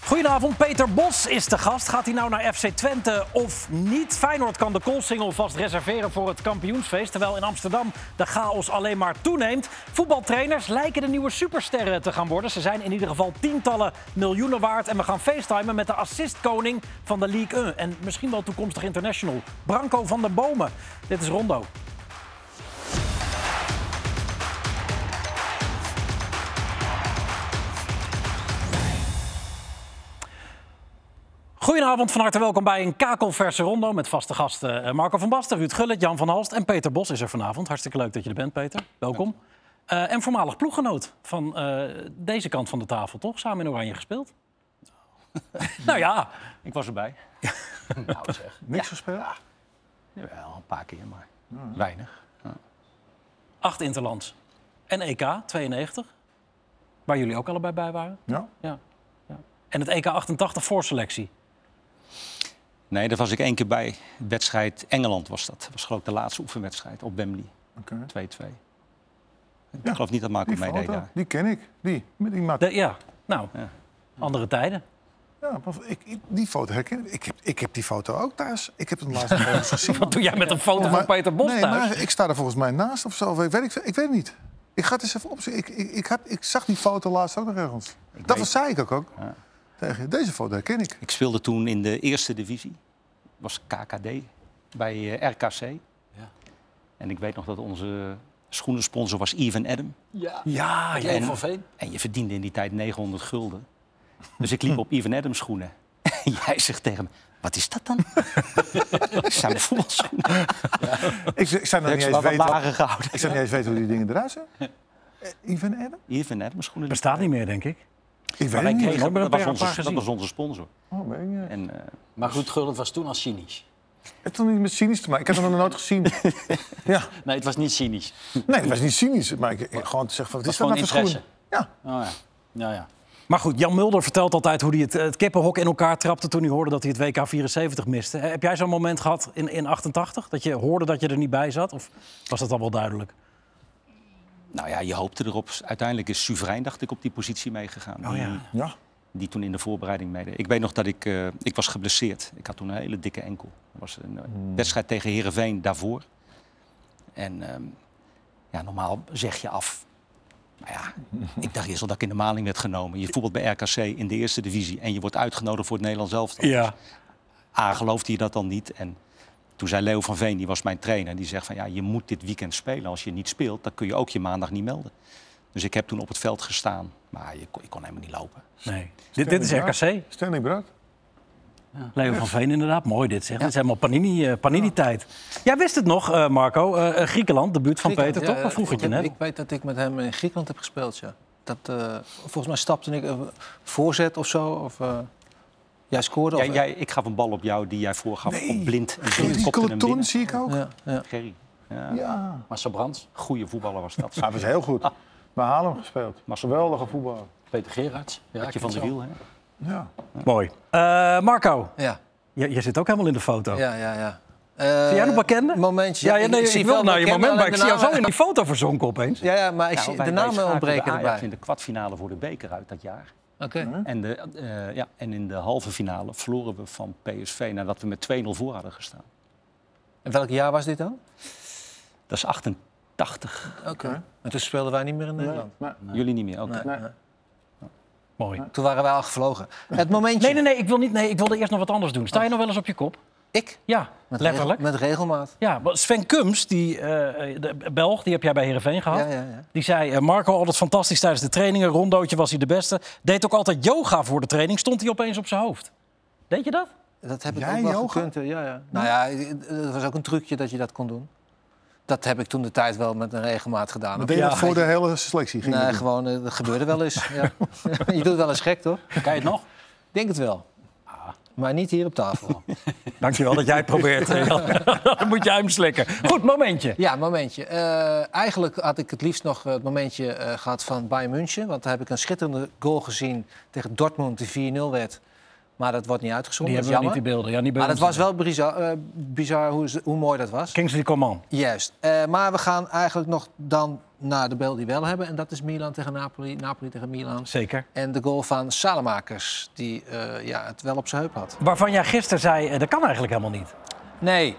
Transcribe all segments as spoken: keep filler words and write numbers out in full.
Goedenavond, Peter Bos is de gast. Gaat hij nou naar F C Twente of niet? Feyenoord kan de koolsingel vast reserveren voor het kampioensfeest. Terwijl in Amsterdam de chaos alleen maar toeneemt. Voetbaltrainers lijken de nieuwe supersterren te gaan worden. Ze zijn in ieder geval tientallen miljoenen waard. En we gaan facetimen met de assistkoning van de Ligue één. En misschien wel toekomstig international, Branko van der Bomen. Dit is Rondo. Goedenavond, van harte welkom bij een kakelverse Rondo met vaste gasten Marco van Basten, Ruud Gullit, Jan van Halst en Peter Bos is er vanavond. Hartstikke leuk dat je er bent, Peter. Welkom. Uh, en voormalig ploeggenoot van uh, deze kant van de tafel, toch? Samen in Oranje gespeeld? Nou ja. Ik was erbij. Nou zeg. Niks ja. gespeeld? Ja. Jawel, een paar keer, maar ja. weinig. Ja. Acht interlands. En E K, tweeënnegentig. Waar jullie ook allebei bij waren. Ja. ja. ja. En het E K achtentachtig voorselectie. Nee, daar was ik één keer bij. Wedstrijd Engeland was dat. Dat was geloof ik de laatste oefenwedstrijd op Wembley. Okay. twee-twee. Ik ja. geloof niet dat Marco meedeed daar. Die ken ik. Die, met die maat. De, ja, nou, ja. andere tijden. Ja, maar ik, ik, die foto herken ik. Ik heb, ik heb die foto ook thuis. Ik heb hem laatst nog eens gezien. Wat doe jij met een foto maar, van Peter Bos nee, thuis? Maar ik sta er volgens mij naast of zo. Ik weet, ik, ik weet het niet. Ik ga het eens even opzoeken. Ik, ik, ik, had, ik zag die foto laatst ook nog ergens. Ik dat weet... zei ik ook. ook. Ja. Tegen deze foto herken ik. Ik speelde toen in de eerste divisie. Was K K D bij uh, R K C. Ja. En ik weet nog dat onze schoenensponsor was Even Adam. Ja, ja, ja en, van Veen. En je verdiende in die tijd negenhonderd gulden. Dus ik liep op Even Adam schoenen. En jij zegt tegen me, wat is dat dan? Dat zijn mijn voetbalschoenen. Ja. Ik, ik zou nog niet eens weten, gehouden. ik zou niet eens weten hoe die dingen eruit zijn. Even Adam? Even Adam schoenen. Bestaat niet meer, denk ik. Ik maar weet wij niet. kregen, dat, was onze, dat was onze sponsor. Oh, weet je. En, uh, maar Ruud Gullit was toen al cynisch. Het heeft toch niet met cynisch te maken? Ik heb hem nog nooit gezien. Ja. Nee, het was niet cynisch. Nee, het was niet cynisch. Maar ik, ik gewoon te zeggen van, wat is dat nou voor schoen? Ja. Oh, ja. Ja, ja. Maar goed, Jan Mulder vertelt altijd hoe hij het, het kippenhok in elkaar trapte toen hij hoorde dat hij het W K vierenzeventig miste. Heb jij zo'n moment gehad in, in achtentachtig? Dat je hoorde dat je er niet bij zat? Of was dat al wel duidelijk? Nou ja, je hoopte erop. Uiteindelijk is Soeverein, dacht ik, op die positie meegegaan. Oh ja. Die, ja. die toen in de voorbereiding meedeed. Ik weet nog dat ik... Uh, ik was geblesseerd. Ik had toen een hele dikke enkel. Dat was een hmm. wedstrijd tegen Heerenveen daarvoor. En um, ja, normaal zeg je af... Nou ja, ik dacht eerst al dat ik in de maling werd genomen. Je voetbalt bij R K C in de eerste divisie... en je wordt uitgenodigd voor het Nederlands elftal. Ja. A, geloofde je dat dan niet. En toen zei Leo van Veen, die was mijn trainer... die zegt van, ja, je moet dit weekend spelen. Als je niet speelt, dan kun je ook je maandag niet melden. Dus ik heb toen op het veld gestaan. Maar je kon, ik kon helemaal niet lopen. Nee. Dit, dit is R K C. Stanley Brood. Ja. Leo van Veen inderdaad, mooi dit zeg. Ja. Dit is helemaal Panini, uh, Panini-tijd. Jij wist het nog, uh, Marco. Uh, Griekenland, debuut van Peter, ja, toch? Wat vroeg het je net? Ik weet dat ik met hem in Griekenland heb gespeeld, ja. Dat, uh, volgens mij stapte ik uh, voorzet of zo. Of, uh, jij scoorde. Ja, of, jij, ik gaf een bal op jou die jij voorgaf nee. op blind. Die Coloton zie ik ook. Ja, ja. Gerry. Ja. Ja. Marcel Brands. Goeie voetballer was dat. Hij was heel goed. Bij Haarlem gespeeld. Maar geweldige voetballer. Peter Gerards. Ja, je van de wiel, hè? Ja. Ja. Mooi. Uh, Marco. Ja. Je, je zit ook helemaal in de foto. Ja, ja, ja. Uh, zie jij nog bekende? Momentje. Ja, ja, nee, ik, ik, ik wil naar je moment, maar ik zie jou zo in die die foto verzonken opeens. Ja, ja, maar ik ja, zie wij, de namen ontbreken erbij. in de kwartfinale voor de beker uit dat jaar. Oké. Okay. En, de, uh, ja, en in de halve finale verloren we van P S V nadat we met twee nul voor hadden gestaan. En welk jaar was dit dan? Dat is achtentachtig. Oké. Okay. En toen speelden wij niet meer in Nederland? Nee, nee. Jullie niet meer, oké. Okay. Nee, nee. Mooi. Toen waren wij al gevlogen. Het momentje... Nee, nee, nee, ik, wil niet, nee, ik wilde eerst nog wat anders doen. Sta je nog wel eens op je kop? Ik? Ja, met letterlijk. Regel, met regelmaat. Ja, Sven Kums, die, uh, de Belg, die heb jij bij Heerenveen gehad. Ja, ja, ja. Die zei, uh, Marco, altijd fantastisch tijdens de trainingen. Rondootje was hij de beste. Deed ook altijd yoga voor de training. Stond hij opeens op zijn hoofd. Deed je dat? Dat heb ik Jij ook wel yoga? gekund. Ja, ja. Nou ja, het was ook een trucje dat je dat kon doen. Dat heb ik toen de tijd wel met een regelmaat gedaan. Dat deed je ja, dat voor de hele selectie? Ging nee, gewoon, uh, dat gebeurde wel eens. Ja. Je doet wel eens gek, toch? Kan je het nog? Denk het wel. Ah. Maar niet hier op tafel. Dankjewel dat jij het probeert. Dan moet jij hem slikken. Goed, momentje. Ja, momentje. Uh, eigenlijk had ik het liefst nog het momentje uh, gehad van Bayern München. Want daar heb ik een schitterende goal gezien tegen Dortmund, die vier nul werd. Maar dat wordt niet Die uitgezonden, dat hebben is we niet, jammer. die beelden. Ja, niet bij Maar het ons. was wel bizar, uh, bizar hoe, ze- hoe mooi dat was. Kingsley Coman. Juist. Uh, maar we gaan eigenlijk nog dan naar de beelden die we wel hebben. En dat is Milan tegen Napoli, Napoli tegen Milan. Zeker. En de goal van Salemakers, die uh, ja, het wel op zijn heup had. Waarvan jij gisteren zei, eh, dat kan eigenlijk helemaal niet. Nee.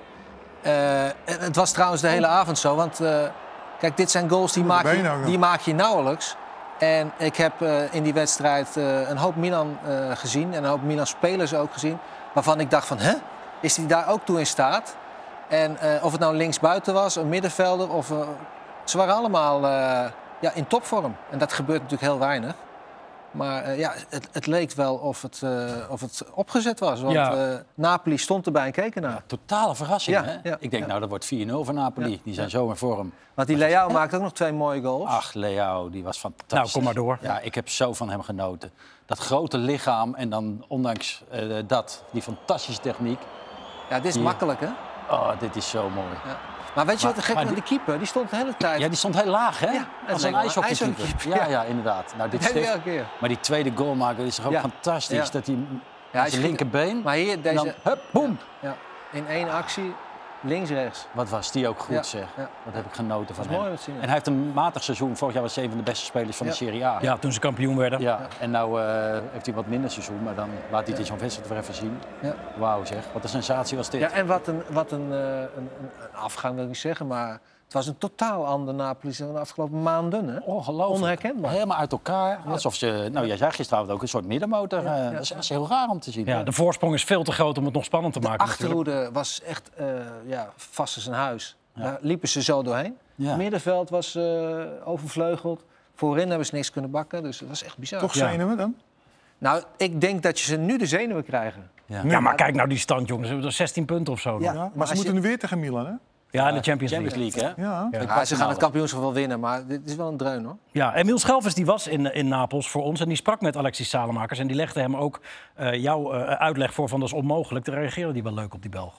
Uh, het was trouwens de hele avond zo. Want uh, kijk, dit zijn goals die maak, je, die maak je nauwelijks. En ik heb uh, in die wedstrijd uh, een hoop Milan uh, gezien. En een hoop Milan-spelers ook gezien. Waarvan ik dacht van, hè? Is hij daar ook toe in staat? En uh, of het nou linksbuiten was, een middenvelder... of uh, ze waren allemaal uh, ja, in topvorm. En dat gebeurt natuurlijk heel weinig. Maar uh, ja, het, het leek wel of het, uh, of het opgezet was. Want ja. uh, Napoli stond erbij en keek ernaar. Ja, totale verrassing, ja, hè? Ja, ik denk, ja. nou, dat wordt vier nul voor Napoli. Ja. Die zijn zo in vorm. Want die Leao maakte ook nog twee mooie goals. Ach, Leao, die was fantastisch. Nou, kom maar door. Ja, ik heb zo van hem genoten. Dat grote lichaam en dan ondanks uh, dat, die fantastische techniek. Ja, dit is die... makkelijk, hè? Oh, dit is zo mooi. Ja. Maar weet je maar, wat de gek met die keeper? Die stond de hele tijd... Ja, die stond heel laag, hè? Ja, als een ijshockeykeeper. Ja, ja, ja, inderdaad. Nou, dit stift... keer. Maar die tweede goal maken is toch ook ja. fantastisch. Ja. Dat hij ja, zijn linkerbeen... Maar hier, deze... Dan, hup, boem. Ja, ja. In één actie, links-rechts. Wat was die ook goed, ja. zeg. Ja. Wat heb ik genoten van dat hem. Mooi zien, en hij heeft een matig seizoen. Vorig jaar was hij een van de beste spelers van ja. de Serie A. Ja, toen ze kampioen werden. Ja. Ja. En nu uh, heeft hij wat minder seizoen. Maar dan laat hij het in zo'n wedstrijd weer even zien. Ja. Wauw, zeg. Wat een sensatie was dit. Ja, en wat een, wat een, uh, een, een afgang wil ik niet zeggen, maar... Het was een totaal ander Napoli dan de afgelopen maanden. Hè? Ongelooflijk. Onherkenbaar. Helemaal uit elkaar. Ja. Alsof ze, nou, jij zei gisteravond ook een soort middenmotor. Ja, ja. Dat is, is heel raar om te zien. Ja, de voorsprong is veel te groot om het nog spannend te de maken. De achterhoede natuurlijk. was echt uh, ja, vast als een huis. Ja. Daar liepen ze zo doorheen. Ja. Het middenveld was uh, overvleugeld. Voorin hebben ze niks kunnen bakken. Dus dat was echt bizar. Toch zenuwen dan? Nou, ik denk dat je ze nu de zenuwen krijgen. Ja, ja maar kijk nou die stand, jongens. We hebben er zestien punten of zo. Ja, ja, maar ze moeten je... nu weer tegen Milan, hè? Ja, in de Champions, Champions League. League, hè? Ja. Ja. Ja, ze gaan het kampioenschap wel winnen, maar dit is wel een dreun, hoor. Ja, Emiel Schelvis die was in, in Napels voor ons en die sprak met Alexis Salemakers. En die legde hem ook uh, jouw uh, uitleg voor van dat is onmogelijk. Daar reageerde die wel leuk op, die Belg.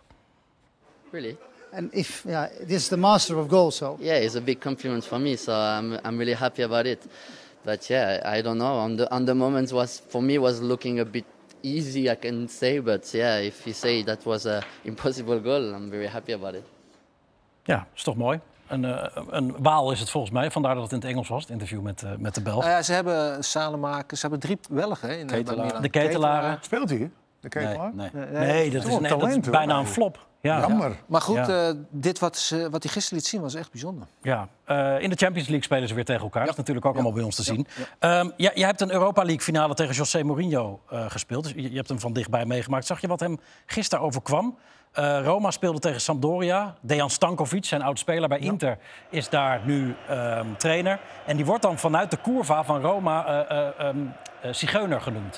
Really? And if yeah, this is the master of goals, so yeah, it's a big compliment for me. So I'm I'm really happy about it. But yeah, I don't know. On the on the moment was for me was looking a bit easy, I can say. But yeah, if you say that was a impossible goal, I'm very happy about it. Ja, is toch mooi. Een, uh, een Waal is het volgens mij, vandaar dat het in het Engels was, het interview met, uh, met de Belg. Uh, ja, ze hebben Salemakers, ze hebben drie Belgen in Ketelaar. De Ketelaren. Speelt hij? De Ketelaar? Nee, nee. nee. nee dat, is, nee, talent, dat is bijna een flop. Ja. Jammer. Ja. Maar goed, ja. uh, dit wat, ze, wat hij gisteren liet zien was echt bijzonder. Ja, uh, in de Champions League spelen ze weer tegen elkaar. Ja. Dat is natuurlijk ook ja. allemaal bij ons te zien. Ja. Ja. Um, ja, jij hebt een Europa League finale tegen José Mourinho uh, gespeeld. Dus je, je hebt hem van dichtbij meegemaakt. Zag je wat hem gisteren overkwam? Uh, Roma speelde tegen Sampdoria. Dejan Stankovic, zijn oud-speler bij Inter, ja. is daar nu um, trainer. En die wordt dan vanuit de curva van Roma uh, uh, um, uh, zigeuner genoemd.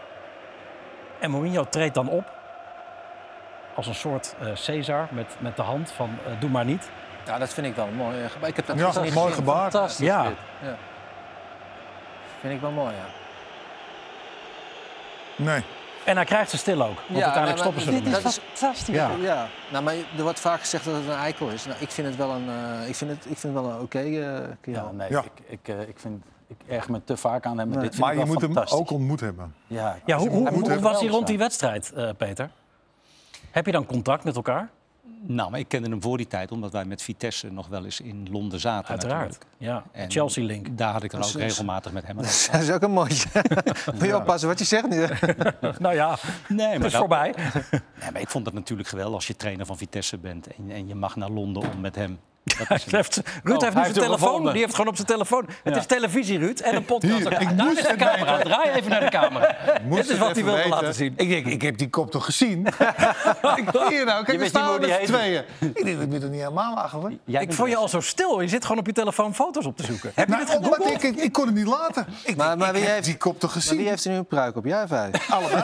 En Mourinho treedt dan op als een soort uh, Caesar met, met de hand van uh, doe maar niet. Ja, dat vind ik wel mooi. Ik heb dat ja, niet mooi gebaar. Fantastisch. Ja. ja. Vind ik wel mooi, ja. Nee. En hij krijgt ze stil ook. Want ja, uiteindelijk nou, stoppen ze ermee. Dat is fantastisch. Ja. Ja. Nou, maar er wordt vaak gezegd dat het een eikel is. Nou, ik vind het wel een, uh, ik vind het, ik vind het wel een oké okay, uh, kerel. Ja, nee, ja. ik, ik, uh, ik vind... Ik erg me te vaak aan hem, maar nee. dit vind maar ik wel je moet fantastisch. hem ook ontmoet hebben. Ja, ja, hoe, hoe, hoe was hij rond die zijn. wedstrijd, uh, Peter? Heb je dan contact met elkaar? Nou, maar ik kende hem voor die tijd, omdat wij met Vitesse nog wel eens in Londen zaten. Uiteraard, natuurlijk. ja. En Chelsea-link. daar had ik dan ook is, regelmatig met hem aan. Dat is ook een mooie. Moet je oppassen wat je zegt nu. Nou ja, nee, maar het is dat, voorbij. Nee, maar ik vond het natuurlijk geweldig als je trainer van Vitesse bent en, en je mag naar Londen om met hem. Heeft, Ruud Oh, heeft nu zijn telefoon. Die heeft gewoon op zijn telefoon. Het ja. is televisie, Ruud, en een podcast. Hier, ik Daar moest is de het camera. weten. Draai even naar de camera. Dit is wat hij wilde weten. laten zien. Ik denk, ik heb die kop toch gezien? ik, hier nou, kijk, we staan met z'n tweeën. Ik denk, dat moet er niet helemaal lachen, hoor. Ik vond je al zo stil. Je zit gewoon op je telefoon foto's op te zoeken. Heb je Nou, dit omdat gegoogeld? ik, ik, ik kon het niet laten. Ik, Maar- denk, maar ik wie heb heeft- die kop toch Maar gezien? wie heeft er nu een pruik op? Jij of hij? Allebei.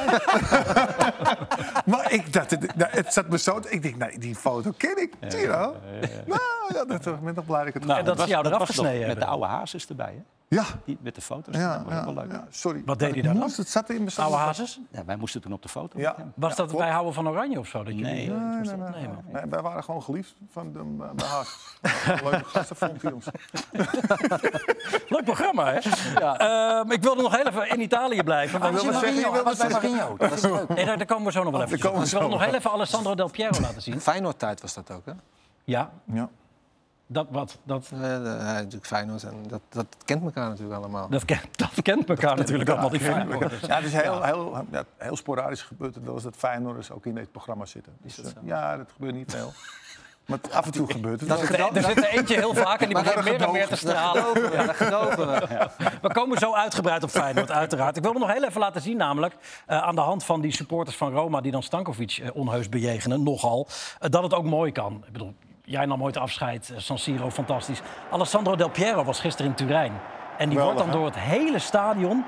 maar ik dacht, het, nou, het zat me zo... Ik denk, nou, die foto ken ik. Zie je nou? Nou, ja, dat, ik ben toch blij dat ik het... En dat ze jou was eraf nog gesneden met hebben. de oude hazes erbij, hè? Ja. Die, met de foto's. Ja, dat was ja, ook wel leuk. ja, sorry. Wat deed hij Ik daar dan? moest, Het zat in mijn Oude hazes? Ja, wij moesten toen op de foto. Ja. Was Ja, dat klopt. wij houden van Oranje of zo? Dat jullie, Nee. eh, Nee, het nee, moesten nee, opnemen? nee. Wij waren gewoon geliefd van de, de hazes. Leuke gasten vond hij ons. Leuk programma, hè? Ja. Ehm, ik wilde nog heel even in Italië blijven. want- wil wat zeggen, je wil wat bij zeggen. Marinho. Dat is leuk. Nee, daar, daar komen we zo nog wel even. komen we Ik wil zo nog wel. heel even Alessandro Del Piero laten zien. Feyenoord-tijd was dat ook, hè? Ja, Ja. dat wat? Dat, Uh, hij is natuurlijk Feyenoord en dat, dat kent elkaar natuurlijk allemaal. dat, kent, dat kent elkaar natuurlijk allemaal, die Feyenoorders. Ja, het is heel, heel, ja, heel sporadisch gebeurt het wel eens dat Feyenoorders ook in dit programma zitten. Dus, uh, ja, dat gebeurt niet veel. Maar af en toe gebeurt het. Dat wel. is gedo- Er zit er eentje heel vaak en die begint meer en meer te stralen. Ja, dat geloven we. We komen zo uitgebreid op Feyenoord, uiteraard. Ik wilde nog heel even laten zien, namelijk uh, aan de hand van die supporters van Roma die dan Stankovic uh, onheus bejegenen, nogal, uh, dat het ook mooi kan. Ik bedoel, jij nam ooit afscheid, uh, San Siro, fantastisch. Alessandro Del Piero was gisteren in Turijn. En die Geweldig, wordt dan hè? door het hele stadion,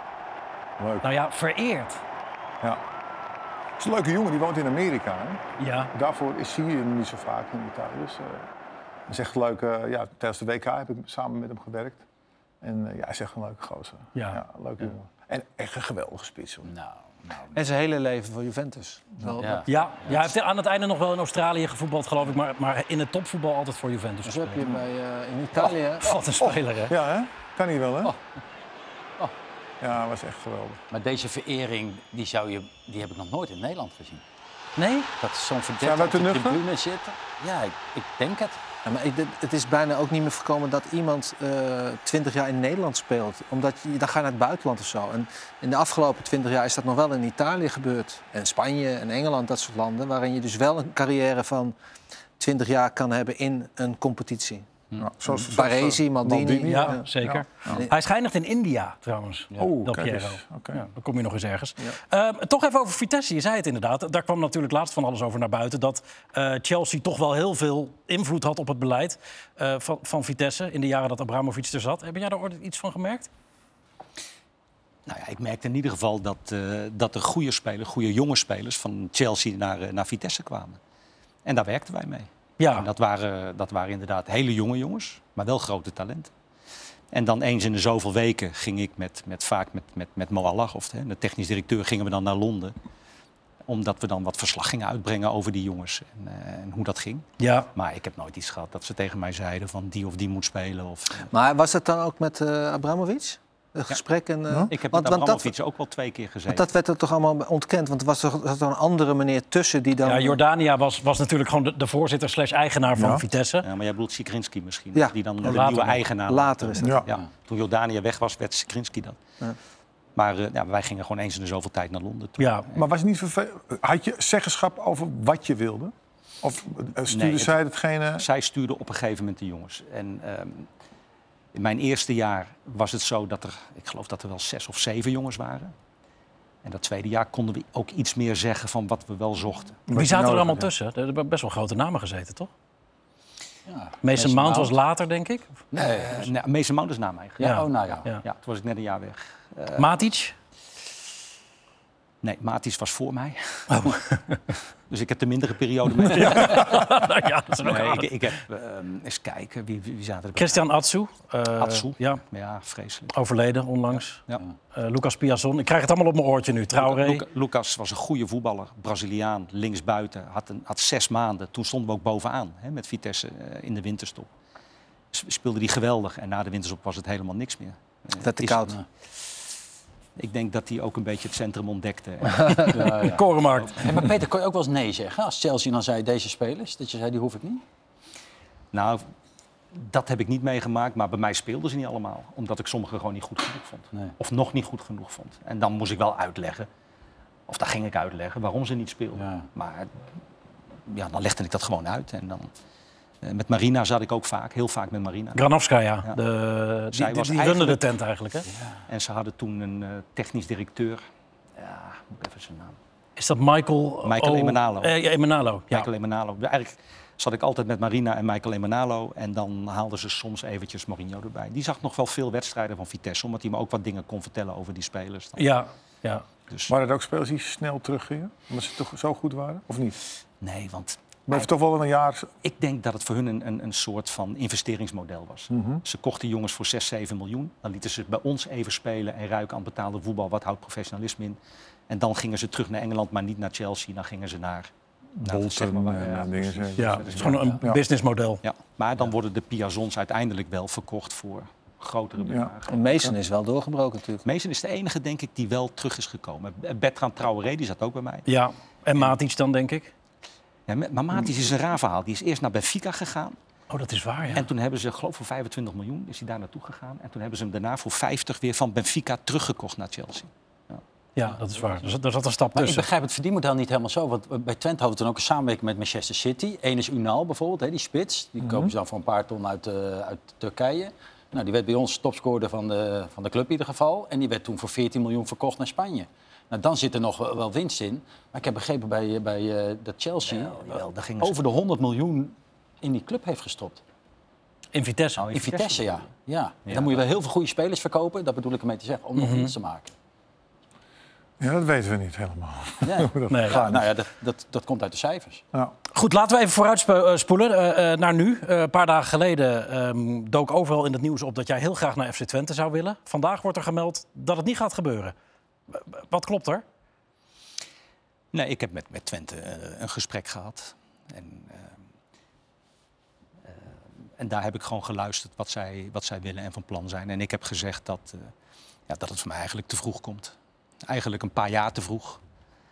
Leuk. nou ja, vereerd. Ja. Het is een leuke jongen, die woont in Amerika. Hè? Ja, Daarvoor is hij hier niet zo vaak in Italië. Dus, uh, het is echt leuk. Uh, ja, tijdens de W K heb ik samen met hem gewerkt. En uh, ja, hij is echt een leuke gozer. Ja. een leuke jongen. En echt een geweldige spits. Hoor. Nou, nou, En zijn hele leven voor Juventus. Wel, ja. ja, ja, hij heeft aan het einde nog wel in Australië gevoetbald, geloof ik. Maar, maar in het topvoetbal altijd voor Juventus Zo heb je gespeeld. bij, uh, in Italië... Wat een speler, hè? Ja, hè? Kan hij wel, hè? Oh. Oh. Ja, hij was echt geweldig. Maar deze verering, die, zou je, die heb ik nog nooit in Nederland gezien. Nee? Dat zo'n Zijn verdette wij op de te nuchter? tribune zitten. Ja, ik, ik denk het. Ja, maar ik, dit- het is bijna ook niet meer voorkomen dat iemand twintig jaar in Nederland speelt. Omdat je, dan ga je naar het buitenland of zo. En in de afgelopen twintig jaar is dat nog wel in Italië gebeurd. En Spanje en Engeland, dat soort landen. Waarin je dus wel een carrière van twintig jaar kan hebben in een competitie. Ja, zoals, Baresi, zoals, uh, Maldini. Ja, Ja. zeker. Ja. Hij is geëindigd in India, trouwens. Oh, Del kijk Piero. eens. Oké. Ja, dan kom je nog eens ergens. Ja. Uh, toch even over Vitesse, je zei het inderdaad. Daar kwam natuurlijk laatst van alles over naar buiten. Dat uh, Chelsea toch wel heel veel invloed had op het beleid uh, van, van Vitesse... in de jaren dat Abramovic er zat. Heb jij daar ooit iets van gemerkt? Nou ja, ik merkte in ieder geval dat, uh, dat er goede spelers, goede jonge spelers van Chelsea naar, uh, naar Vitesse kwamen. En daar werkten wij mee. Ja. En dat waren, dat waren inderdaad hele jonge jongens, maar wel grote talenten. En dan eens in de zoveel weken ging ik met, met, vaak met, met, met Mo Allah, of de, de technisch directeur, gingen we dan naar Londen. Omdat we dan wat verslag gingen uitbrengen over die jongens en, uh, en hoe dat ging. Ja. Maar ik heb nooit iets gehad dat ze tegen mij zeiden van die of die moet spelen. Of, uh, Maar was dat dan ook met uh, Abramovic? Een gesprek? En, uh, Ja. ik heb want, met want Abramovic dat, ook wel twee keer gezeten. want dat werd er toch allemaal ontkend? Want er was toch zat er een andere meneer tussen die dan... Ja, Jordania was, was natuurlijk gewoon de, de voorzitter slash eigenaar van Ja. Vitesse. Ja, maar jij bedoelt Sikrinski misschien, Ja. die dan de later nieuwe nog. eigenaar Later was. is dat. Ja. Ja. Toen Jordania weg was, werd Sikrinski dat. Ja. Maar uh, ja, wij gingen gewoon eens in de zoveel tijd naar Londen toe. Ja. Maar was het niet vervelend? Had je zeggenschap over wat je wilde? Of uh, stuurde Nee, het- zij hetgene... Zij stuurden op een gegeven moment de jongens. En um, in mijn eerste jaar was het zo dat er, ik geloof dat er wel zes of zeven jongens waren. En dat tweede jaar konden we ook iets meer zeggen van wat we wel zochten. Wie zaten er allemaal tussen? Er hebben best wel grote namen gezeten, toch? Ja. Mason Mount was later, denk ik. Nee. Uh, nee, Mason Mount is na mij gegaan. Ja. Ja. Oh, nou ja. Ja. Ja, toen was ik net een jaar weg. Uh, Matic? nee, Matis was voor mij. Dus ik heb de mindere periode mee. Ja, dat is ook Nee, ik, aardig. ik heb, um, eens kijken, wie, wie, wie zaten er bij? Christian Atsu. uh, Atsu. Ja, Ja, vreselijk. overleden onlangs. Ja. Uh, Lucas Piazon. Ik krijg het allemaal op mijn oortje nu. Traoré. Luca- Lucas was een goede voetballer, Braziliaan, linksbuiten. Had, een, had zes maanden. Toen stonden we ook bovenaan hè, met Vitesse uh, in de winterstop. S- Speelde die geweldig en na de winterstop was het helemaal niks meer. Uh, werd te is- koud. Ik denk dat hij ook een beetje het centrum ontdekte. Ja, ja. Korenmarkt. Hey, maar Peter, kon je ook wel eens nee zeggen? Als Chelsea dan zei, deze spelers, dat je zei, die hoef ik niet? Nou, dat heb ik niet meegemaakt, maar bij mij speelden ze niet allemaal. Omdat ik sommigen gewoon niet goed genoeg vond. Nee. Of nog niet goed genoeg vond. En dan moest ik wel uitleggen, of dan ging ik uitleggen waarom ze niet speelden. Ja. Maar ja, dan legde ik dat gewoon uit. En dan, eh, met Marina zat ik ook vaak, heel vaak met Marina. Granovskaya. Ja. De, die Zij die, was die runde de eigenlijk- tent eigenlijk, hè? En ze hadden toen een uh, technisch directeur. Ja, moet ik even zijn naam. Is dat Michael... Michael O- Emenalo. Eh, ja, Emenalo, ja. Michael Emenalo. Eigenlijk zat ik altijd met Marina en Michael Emenalo. En dan haalden ze soms eventjes Mourinho erbij. Die zag nog wel veel wedstrijden van Vitesse. Omdat hij me ook wat dingen kon vertellen over die spelers. Dan. Ja, ja. Dus, Waren er ook spelers die snel teruggingen? Omdat ze toch zo goed waren? Of niet? nee, want Maar heeft toch wel een jaar... Ik denk dat het voor hun een, een, een soort van investeringsmodel was. Mm-hmm. Ze kochten jongens voor zes, zeven miljoen. Dan lieten ze bij ons even spelen en ruiken aan betaalde voetbal. Wat houdt professionalisme in? En dan gingen ze terug naar Engeland, maar niet naar Chelsea. Dan gingen ze naar... Bolton zeg maar, en ja, dingen. precies. Ja, het is gewoon een Ja. businessmodel. Ja, maar dan worden de Piazons uiteindelijk wel verkocht voor grotere bedragen. En Mason is wel doorgebroken natuurlijk. Mason is de enige, denk ik, die wel terug is gekomen. Bertrand Traoré, die zat ook bij mij. Ja, en Matic dan, denk ik. Ja, maar Matic is een raar verhaal. Die is eerst naar Benfica gegaan. Oh, dat is waar, ja. En toen hebben ze, geloof ik, voor vijfentwintig miljoen is hij daar naartoe gegaan. En toen hebben ze hem daarna voor vijftig weer van Benfica teruggekocht naar Chelsea. Ja, dat is waar. Er zat- er zat een stap Maar ik tussen. begrijp het verdienmodel niet helemaal zo. Want bij Twente hadden we toen ook een samenwerking met Manchester City. Eén is Unal bijvoorbeeld, hè, die spits. Die kopen ze dan voor een paar ton uit, uh, uit Turkije. Nou, die werd bij ons topscorer van de, van de club in ieder geval. En die werd toen voor veertien miljoen verkocht naar Spanje. Nou, dan zit er nog wel, wel winst in. Maar ik heb begrepen bij, bij uh, dat Chelsea Wel, wel, daar gingen ze- over de honderd miljoen in die club heeft gestopt. In Vitesse. Oh, In Vitesse, ja. ja. Ja. Dan moet je wel heel veel goede spelers verkopen. Dat bedoel ik ermee te zeggen, om nog winst te maken. Ja, dat weten we niet helemaal. Ja. Nee. Ja, nou ja, dat, dat, dat komt uit de cijfers. Ja. Goed, laten we even vooruitspoelen uh, uh, naar nu. Uh, een paar dagen geleden um, dook overal in het nieuws op dat jij heel graag naar F C Twente zou willen. Vandaag wordt er gemeld dat het niet gaat gebeuren. W- Wat klopt er? Nee, ik heb met, met Twente uh, een gesprek gehad. En, uh, uh, en daar heb ik gewoon geluisterd wat zij, wat zij willen en van plan zijn. En ik heb gezegd dat, uh, ja, dat het voor mij eigenlijk te vroeg komt. Eigenlijk een paar jaar te vroeg.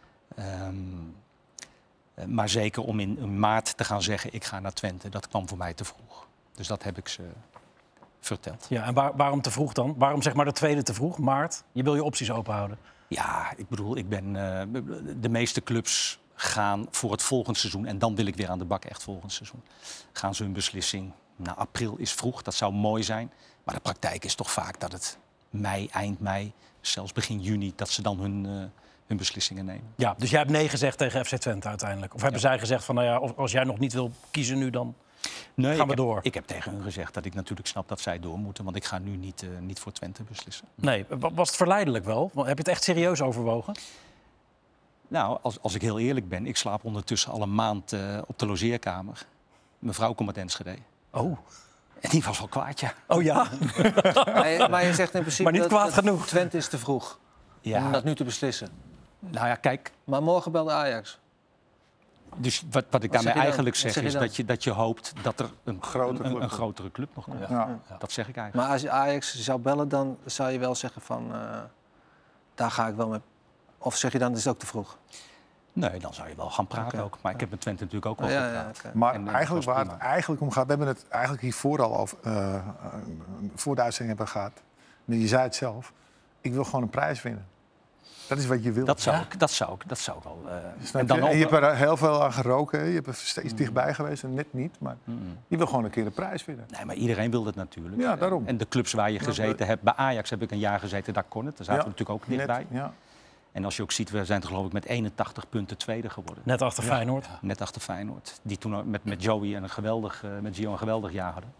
Um, uh, maar zeker om in, in maart te gaan zeggen, ik ga naar Twente, dat kwam voor mij te vroeg. Dus dat heb ik ze verteld. Ja, en waar, waarom te vroeg dan? Waarom zeg maar de tweede te vroeg, maart? Je wil je opties open houden. Ja, ik bedoel, ik ben, uh, de meeste clubs gaan voor het volgend seizoen. En dan wil ik weer aan de bak, echt volgend seizoen. Gaan ze hun beslissing. Nou, april is vroeg, dat zou mooi zijn. Maar de praktijk is toch vaak dat het mei, eind mei, zelfs begin juni, dat ze dan hun, uh, hun beslissingen nemen. Ja, dus jij hebt nee gezegd tegen F C Twente uiteindelijk. Of hebben Ja. zij gezegd van, nou ja, of als jij nog niet wil kiezen nu, dan Nee, gaan ik we heb, door. Ik heb tegen hun gezegd dat ik natuurlijk snap dat zij door moeten. Want ik ga nu niet, uh, niet voor Twente beslissen. Nee, wa- was het verleidelijk wel? Heb je het echt serieus overwogen? Nou, als, als ik heel eerlijk ben, ik slaap ondertussen al een maand uh, op de logeerkamer. Mijn vrouw komt uit Enschede. Oh. En die was wel kwaad, ja. Oh ja? Maar je, maar je zegt in principe Maar niet dat, kwaad dat genoeg. Twente is te vroeg om Ja, dat nu te beslissen. nou ja, kijk. Maar morgen belde Ajax. Dus wat, wat ik Wat zeg daarmee je dan? eigenlijk Wat zeg, zeg je is dan? dat je, dat je hoopt dat er een, Grotere een, club een komt. grotere club nog komt. Ja. Dat zeg ik eigenlijk. Maar als je Ajax zou bellen, dan zou je wel zeggen van... Uh, daar ga ik wel mee. Of zeg je dan, het is ook te vroeg? Nee, dan zou je wel gaan praten Oké. ook. Maar ik heb met Twente natuurlijk ook wel Oh, ja, ja, gepraat. oké. Maar En, uh, eigenlijk dat was waar het prima. eigenlijk om gaat... We hebben het eigenlijk hiervoor al over, uh, uh, voor de uitzending hebben gehad. Je zei het zelf. Ik wil gewoon een prijs winnen. Dat is wat je wil. Dat zou, ik, dat zou ik, dat zou ik wel. Uh, Snap en dan je? ook, En je hebt er heel veel aan geroken. Hè? Je hebt er steeds dichtbij geweest en net niet. Maar Mm. je wil gewoon een keer de prijs winnen. Nee, maar iedereen wil het natuurlijk. Ja, daarom. En de clubs waar je gezeten hebt. Bij Ajax heb ik een jaar gezeten, daar kon het. Daar zaten Ja, we natuurlijk ook dichtbij. Net, ja. En als je ook ziet, we zijn er geloof ik met eenentachtig punten tweede geworden. Net achter Feyenoord. Net achter Feyenoord. Die toen ook met, met Joey en een geweldig, uh, met Gio een geweldig jaar hadden.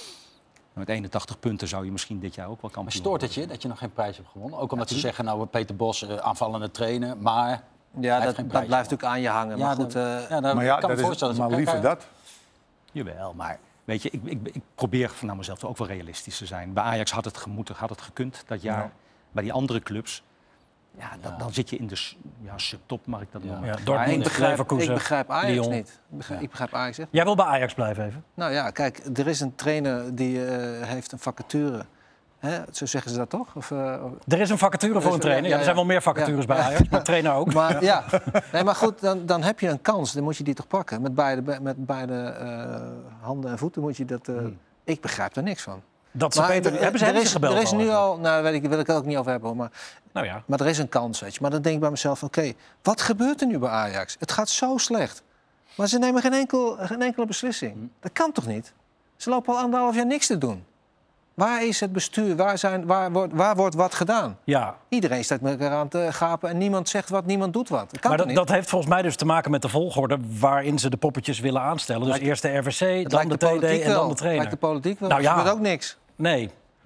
En met eenentachtig punten zou je misschien dit jaar ook wel kampioen Maar stoort het je dat je nog geen prijs hebt gewonnen? Ook omdat ze zeggen, nou, Peter Bos, uh, aanvallende trainer, maar... Ja, heeft dat, geen dat prijs blijft natuurlijk aan je hangen. Ja, maar goed, dan- uh, ja, dan Maar ja, kan ik dat me is, voorstellen. maar Kijk, liever kijk, dat. Jawel, maar weet je, ik, ik, ik probeer naar mezelf ook wel realistisch te zijn. Bij Ajax had het gemoeten, had het gekund dat jaar. Ja. Bij die andere clubs, ja, dan, dan zit je in de s- ja, subtop, mag ik dat Ja. noemen. Ja, maar Dortmund, ik begrijp, Leverkusen, ik begrijp Ajax Lyon. niet. Ik begrijp, ik begrijp Ajax echt. Jij wil bij Ajax blijven even? Nou ja, kijk, er is een trainer die uh, heeft een vacature. Hè? Zo zeggen ze dat toch? Of, uh, Er is een vacature voor een trainer. Ja, ja, er zijn ja. wel meer vacatures Ja. bij Ajax, maar trainer ook. Maar ja, nee, maar goed, dan, dan heb je een kans. Dan moet je die toch pakken. Met beide, met beide uh, handen en voeten moet je dat... Uh, Hmm. Ik begrijp er niks van. Dat ze Maar Peter, er- hebben ze, er hebben is, ze gebeld er is al nu even? al... Nou, weet ik, wil ik het ook niet over hebben. Hoor, maar, Nou ja. maar er is een kans, weet je. Maar dan denk ik bij mezelf, oké, wat gebeurt er nu bij Ajax? Het gaat zo slecht. Maar ze nemen geen, enkel, geen enkele beslissing. Dat kan toch niet? Ze lopen al anderhalf jaar niks te doen. Waar is het bestuur? Waar, zijn, waar, wordt, waar wordt wat gedaan? Ja, Iedereen staat met elkaar aan te gapen en niemand zegt wat, niemand doet wat. Dat kan maar toch dat, niet? dat heeft volgens mij dus te maken met de volgorde waarin ze de poppetjes willen aanstellen. Dus Lijkt- eerst de R V C, Het dan lijkt de de T D politiek en dan wel. de trainer. Lijkt de politiek wel. Nou Er ja. gebeurt ook niks. Nee.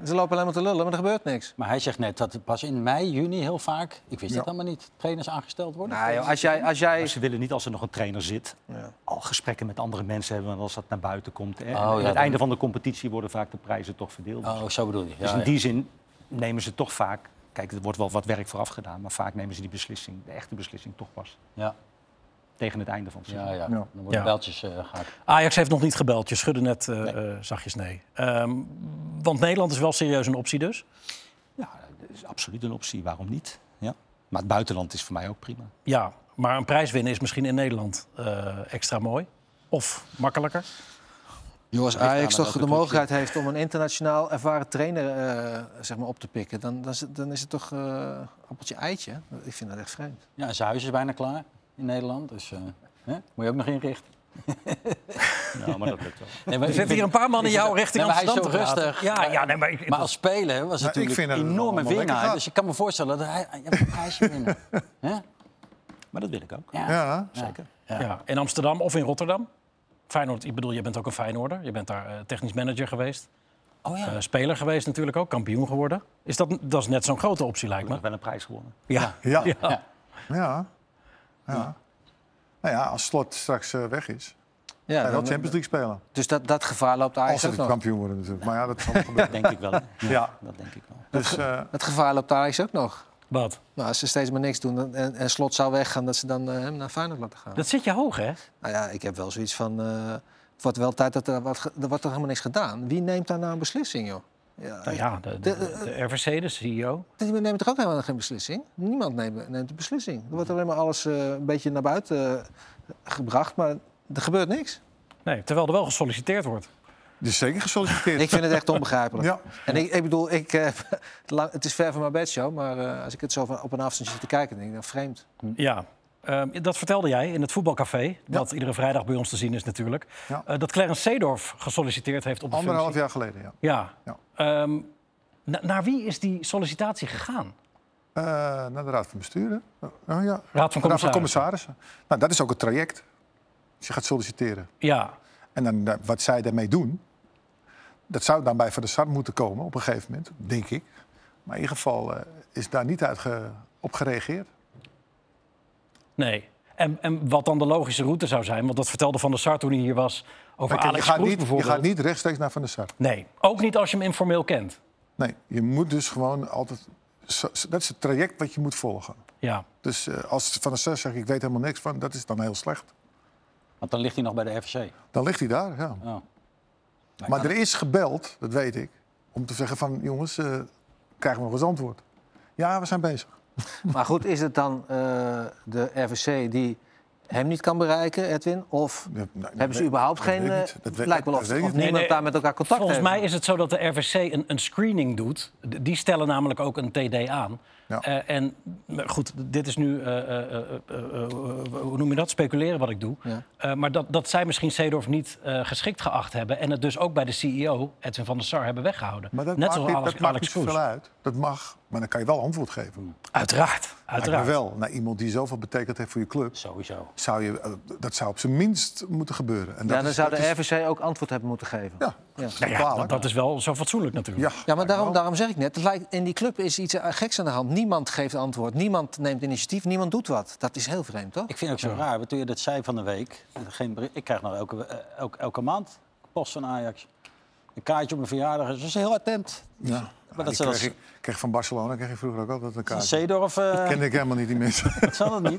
Ze lopen alleen maar te lullen, maar er gebeurt niks. Maar hij zegt net dat het pas in mei, juni heel vaak... Ik wist Ja. het helemaal niet. Trainers aangesteld worden. Nou, joh, als jij... Als jij... Maar ze willen niet als er nog een trainer zit... Ja. al gesprekken met andere mensen hebben... want als dat naar buiten komt. Hè. Oh, En aan ja, het dan- einde van de competitie worden vaak de prijzen toch verdeeld. Oh, zo bedoel je. dus Ja, in ja. die zin nemen ze toch vaak... Kijk, er wordt wel wat werk vooraf gedaan... maar vaak nemen ze die beslissing, de echte beslissing, toch pas Ja, tegen het einde van het seizoen. ja, ja. Ja. Dan worden Ja. beltjes uh, gehakt. Ajax heeft nog niet gebeld. Je schudde net eh Nee. eh, zachtjes nee. Ehm, want Nederland is wel serieus een optie dus. Ja, dat is absoluut een optie. Waarom niet? Ja. Maar het buitenland is voor mij ook prima. Ja, maar een prijs winnen is misschien in Nederland eh, extra mooi. Of makkelijker. Joh, als Ligt aan Ajax welke toch de club je- mogelijkheid heeft om een internationaal ervaren trainer eh, zeg maar op te pikken... dan, dan, is, het, dan is het toch uh, appeltje eitje. Ik vind dat echt vreemd. Ja, en zijn huis is bijna klaar in Nederland. Dus uh, hè? Moet je ook nog inrichten. Ja, maar dat lukt wel. Nee, maar Er ik zitten vind- hier een paar mannen is het- jou richting Nee, maar hij is Amsterdam zo te praten. rustig. Ja, ja, nee, maar, ik, Maar als speler was het Nou, ik natuurlijk vind dat een het enorme allemaal lekker winnaar. gaat. Dus ik kan me voorstellen dat hij ja, een prijsje winnen. Hè? Maar dat wil ik ook. Ja. Ja, Zeker. ja, in Amsterdam of in Rotterdam. Feyenoord, ik bedoel, je bent ook een Feyenoorder. Je bent daar eh, technisch manager geweest. Oh ja. Eh, speler geweest natuurlijk ook, kampioen geworden. Is dat, dat is net zo'n grote optie, lijkt Ik me. heb wel een prijs gewonnen. Ja. ja. Ja. ja. ja. ja. Nou ja, als Slot straks uh, weg is, Ja, ga je wel dan- Champions League spelen. Dus dat, dat gevaar loopt Ajax Als ze ook de nog. kampioen worden natuurlijk. Maar ja, dat zal nog gebeuren. Denk ik wel. Hè? Ja. Dat denk ik wel. Dus uh, Het gevaar loopt Ajax ook nog. Wat? Nou, als ze steeds maar niks doen dan- en, en Slot zou weggaan... dat ze dan eh, hem naar Feyenoord laten gaan. Dat zit je hoog, hè? Nou ja, ik heb wel zoiets van... eh, het wordt wel tijd dat er, wat, ge- er wordt toch helemaal niks gedaan. Wie neemt daar nou een beslissing, joh? Ja, Nou ja, de, de, de R V C, de C E O. Die neemt toch ook helemaal geen beslissing? Niemand neemt, neemt een beslissing. Er wordt alleen maar alles eh, een beetje naar buiten eh, gebracht, maar er gebeurt niks. Nee, terwijl er wel gesolliciteerd wordt. er is zeker gesolliciteerd. Ik vind het echt onbegrijpelijk. Ja. En ik, ik bedoel, ik, eh, lang- het is ver van mijn bedshow, maar eh, als ik het zo van, op een afstandje zit te kijken, denk ik, nou, vreemd. Ja, ehm, dat vertelde jij in het voetbalcafé. Dat iedere vrijdag bij ons te zien is natuurlijk. Ja. Eh, dat Clarence Seedorf gesolliciteerd heeft op de Anderhalf functie. jaar geleden, ja. Ja. Ja. Ehm, na- naar wie is die sollicitatie gegaan? Uh, naar de Raad van Bestuur, hè? Oh, ja. Raad van Raad van Commissarissen. Commissarissen. Nou, dat is ook het traject. Als je gaat solliciteren. Ja, En dan, uh, wat zij daarmee doen, dat zou dan bij Van der Sar moeten komen op een gegeven moment, denk ik. Maar in ieder geval uh, is daar niet uit ge- op gereageerd. nee. En, en wat dan de logische route zou zijn, want dat vertelde Van der Sar toen hij hier was over Kijk, je, Alex gaat Kroes niet, je bijvoorbeeld. gaat niet rechtstreeks naar Van der Sar. Nee, ook niet als je hem informeel kent. Nee, je moet dus gewoon altijd... zo- zo- Dat is het traject wat je moet volgen. Ja, Dus uh, als Van der Sar zegt, ik weet helemaal niks van, dat is dan heel slecht. Want dan ligt hij nog bij de R V C. Dan ligt hij daar, ja. Oh. Maar er is gebeld, dat weet ik, om te zeggen van... jongens, uh, krijgen we nog eens antwoord? Ja, we zijn bezig. Maar goed, is het dan uh, de R V C die hem niet kan bereiken, Edwin? Of Ja, nou, hebben ze dat überhaupt weet geen... ik eh, niet. Dat Het weet- lijkt wel dat of, weet ik of niet. niemand Nee, nee, daar met elkaar contact volgens heeft. mij is het zo dat de R V C een, een screening doet. D- Die stellen namelijk ook een T D aan. Ja. Eh, en maar goed, dit is nu, eh, eh, eh, eh, eh, hoe noem je dat? Speculeren wat ik doe. Ja. Eh, maar dat, dat zij misschien Seedorf niet eh, geschikt geacht hebben... en het dus ook bij de C E O, Edwin van der Sar, hebben weggehouden. Maar dat Net maakt, zoals niet, Alex, dat maakt Alex niet zoveel Kroes. uit. Dat mag, maar dan kan je wel antwoord geven. Uiteraard, Lijkt uiteraard. me wel, naar iemand die zoveel betekend heeft voor je club... Sowieso. Zou je, eh, dat zou op zijn minst moeten gebeuren. En dat Ja, dan is, zou dat de is- R V C ook antwoord hebben moeten geven. Ja, Ja. Nou ja, kwalijk. dat, dat is wel zo fatsoenlijk natuurlijk. Ja, Ja, maar daarom, wel. daarom zeg ik net, het lijkt, in die club is iets geks aan de hand. Niemand geeft antwoord, niemand neemt initiatief, niemand doet wat. Dat is heel vreemd, toch? Ik vind het ook zo raar, want toen je dat zei van de week... Geen bericht, ik krijg nou elke, eh, elke, elke maand post van Ajax. Een kaartje op mijn verjaardag. Dus dat is heel attent. Ja. Maar die dat kreeg, ze ik, kreeg van Barcelona kreeg je vroeger ook altijd een kaartje. Seedorf... Uh, Kende ik helemaal niet die mensen. dat zal dat niet.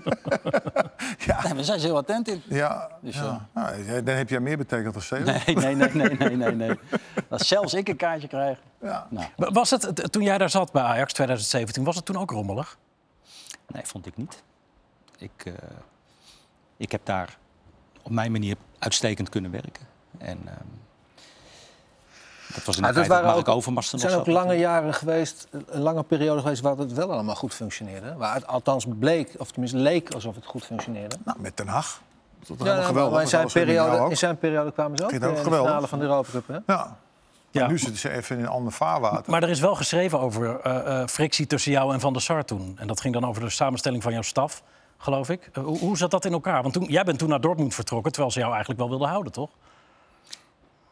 Ja. Nee, we zijn ze heel attent in. Ja, Dus, ja. Nou, dan heb jij meer betekend als Zeeland. Nee, nee, nee, nee, nee, nee, nee. Dat zelfs ik een kaartje krijg. Ja. Nou, Was het, t- toen jij daar zat bij Ajax twintig zeventien, was het toen ook rommelig? Nee, vond ik niet. Ik, uh, ik heb daar op mijn manier uitstekend kunnen werken. En uh, dat was in de Ah, dat tijd dat waren Mark ook- Overmars er Het nog zijn ook zat. lange jaren geweest, een lange periode geweest waar het wel allemaal goed functioneerde. Waar het althans bleek, of tenminste leek alsof het goed functioneerde. Nou, met Den Haag. Dat was toch Ja, helemaal nou, geweldig. maar in zijn, Dat was periode, nou ook. in zijn periode kwamen ze ook Ging eh, het in ook de geweldig. finale van de Europa Cup. Hè? Ja. Ja. Maar nu zitten ze even in een ander vaarwater. Maar er is wel geschreven over eh, eh, frictie tussen jou en Van der Sar toen. En dat ging dan over de samenstelling van jouw staf, geloof ik. Eh, hoe, hoe zat dat in elkaar? Want toen, jij bent toen naar Dortmund vertrokken, terwijl ze jou eigenlijk wel wilden houden, toch?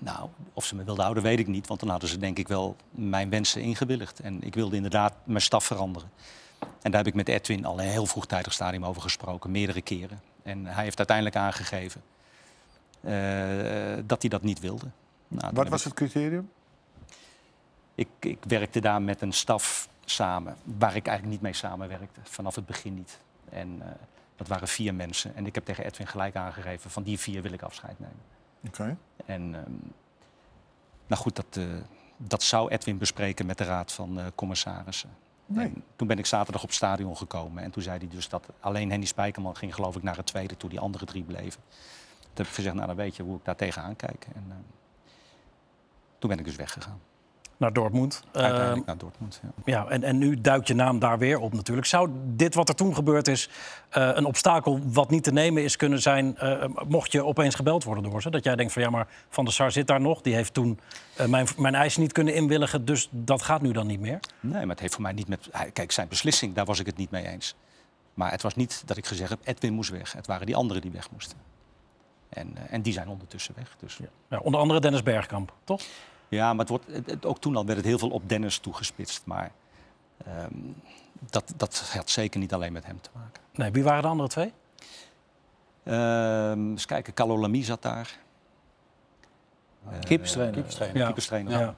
Nou, of ze me wilden houden, weet ik niet. Want dan hadden ze denk ik wel mijn wensen ingewilligd. En ik wilde inderdaad mijn staf veranderen. En daar heb ik met Edwin al een heel vroegtijdig stadium over gesproken, meerdere keren. En hij heeft uiteindelijk aangegeven uh, dat hij dat niet wilde. Nou, Wat was ik... het criterium? Ik, ik werkte daar met een staf samen, waar ik eigenlijk niet mee samenwerkte. Vanaf het begin niet. En uh, dat waren vier mensen. En ik heb tegen Edwin gelijk aangegeven, van die vier wil ik afscheid nemen. Oké. Okay. En um, nou goed, dat, uh, dat zou Edwin bespreken met de raad van uh, commissarissen. Nee. En toen ben ik zaterdag op het stadion gekomen. En toen zei hij dus dat alleen Henny Spijkerman ging geloof ik naar het tweede toe, die andere drie bleven. Toen heb ik gezegd, nou dan weet je hoe ik daar tegenaan kijk. En uh, toen ben ik dus weggegaan. Naar Dortmund. Uiteindelijk uh, naar Dortmund, ja. ja en, en nu duikt je naam daar weer op natuurlijk. Zou dit wat er toen gebeurd is uh, een obstakel wat niet te nemen is kunnen zijn... Uh, mocht je opeens gebeld worden door ze? Dat jij denkt van ja, maar Van der Sar zit daar nog. Die heeft toen uh, mijn, mijn eisen niet kunnen inwilligen. Dus dat gaat nu dan niet meer? Nee, maar het heeft voor mij niet met... Kijk, zijn beslissing, daar was ik het niet mee eens. Maar het was niet dat ik gezegd heb, Edwin moest weg. Het waren die anderen die weg moesten. En, uh, en die zijn ondertussen weg. Dus. Ja. Ja, onder andere Dennis Bergkamp, toch? Ja, maar het wordt, het, ook toen al werd het heel veel op Dennis toegespitst. Maar um, dat, dat had zeker niet alleen met hem te maken. Nee, wie waren de andere twee? Uh, eens kijken, Kalo Lamy zat daar. Uh, Keeperstrainer. Keeperstrainer. Ja. Keeperstrainer. Ja. Ja.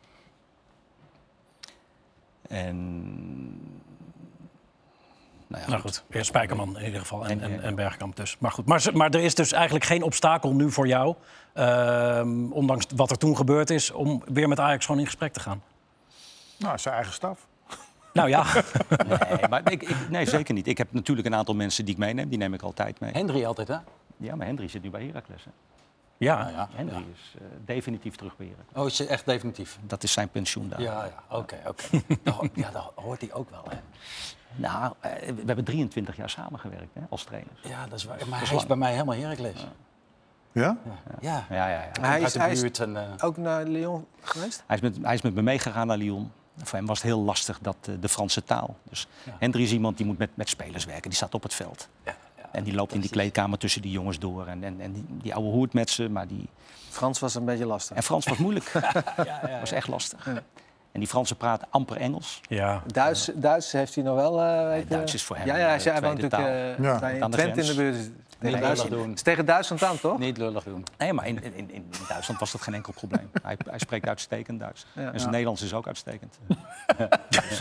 En... Nou, ja, nou goed, weer Spijkerman in ieder geval en, en, en Bergkamp dus. Maar goed, maar, maar er is dus eigenlijk geen obstakel nu voor jou... Uh, ondanks wat er toen gebeurd is, om weer met Ajax gewoon in gesprek te gaan. Nou, zijn eigen staf. Nou ja. Nee, maar ik, ik, nee, zeker niet. Ik heb natuurlijk een aantal mensen die ik meeneem. Die neem ik altijd mee. Hendry altijd, hè? Ja, maar Hendry zit nu bij Heracles. Hè? Ja, nou ja. Hendry ja. is uh, definitief terug bij Heracles. Oh, is het echt definitief? Dat is zijn pensioen daar. Ja, ja. Oké, okay, oké. Okay. Ja, dat hoort hij ook wel, hè? Nou, uh, we hebben drieëntwintig jaar samengewerkt hè, als trainers. Ja, dat is waar. Maar hij is bij mij helemaal Heracles. Ja? Ja. ja. ja, ja, ja. Hij is, hij is en, uh... ook naar Lyon geweest? Hij is, met, hij is met me meegegaan naar Lyon. Voor hem was het heel lastig, dat, uh, de Franse taal. Dus ja. Hendry is iemand die moet met, met spelers werken. Die staat op het veld. Ja, ja, en die loopt in die kleedkamer tussen die jongens door. En, en, en die, die ouwe hoert met ze, maar die... Frans was een beetje lastig. En Frans was moeilijk. ja, ja, ja. was echt lastig. Ja. En die Fransen praten amper Engels. Ja. Duits, Duits heeft hij nog wel... Uh, weet, Duits is voor hem ja, ja, hij uh, woont natuurlijk uh, ja. bij Twente in de buurt. Tegen Duitsland. Doen. Het is tegen Duitsland aan, toch? Niet lullig doen. Nee, maar in, in, in, in Duitsland was dat geen enkel probleem. Hij, hij spreekt uitstekend Duits. Ja, en zijn ja. Nederlands is ook uitstekend. nou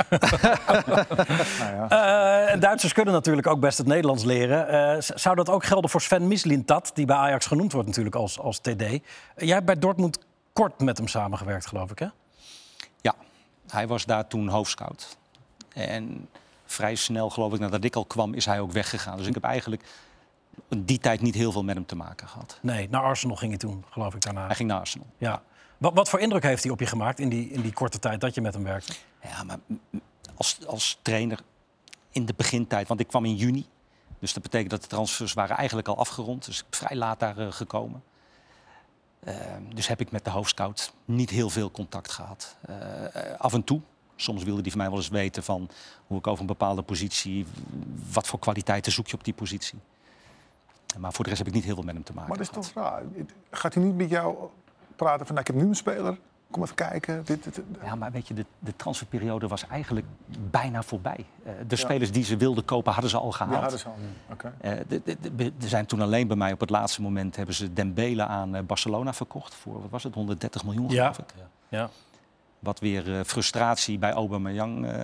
ja. uh, Duitsers kunnen natuurlijk ook best het Nederlands leren. Uh, zou dat ook gelden voor Sven Mislintat, die bij Ajax genoemd wordt natuurlijk als, als T D? Uh, jij hebt bij Dortmund kort met hem samengewerkt, geloof ik, hè? Ja, hij was daar toen hoofdscout. En vrij snel, geloof ik, nadat ik al kwam, is hij ook weggegaan. Dus ik heb eigenlijk... in die tijd niet heel veel met hem te maken gehad. Nee, naar Arsenal ging hij toen, geloof ik, daarna. Hij ging naar Arsenal. Ja. Wat, wat voor indruk heeft hij op je gemaakt in die, in die korte tijd dat je met hem werkte? Ja, maar als, als trainer in de begintijd, want ik kwam in juni. Dus dat betekent dat de transfers waren eigenlijk al afgerond. Dus ik ben vrij laat daar uh, gekomen. Uh, dus heb ik met de hoofdscout niet heel veel contact gehad. Uh, uh, af en toe. Soms wilde hij van mij wel eens weten van hoe ik over een bepaalde positie... wat voor kwaliteiten zoek je op die positie. Maar voor de rest heb ik niet heel veel met hem te maken. Maar dat is gehad. toch raar? Gaat hij niet met jou praten van, nou, ik heb nu een speler, kom even kijken. Dit, dit, dit. Ja, maar weet je, de, de transferperiode was eigenlijk bijna voorbij. Uh, de ja. spelers die ze wilden kopen, hadden ze al gehaald. Ja, hadden ze al. Okay. Uh, de, de, de, er zijn toen alleen bij mij op het laatste moment... hebben ze Dembele aan uh, Barcelona verkocht voor, wat was het, honderddertig miljoen, ja. geloof ik. Ja. Ja. Wat weer uh, frustratie bij Aubameyang uh,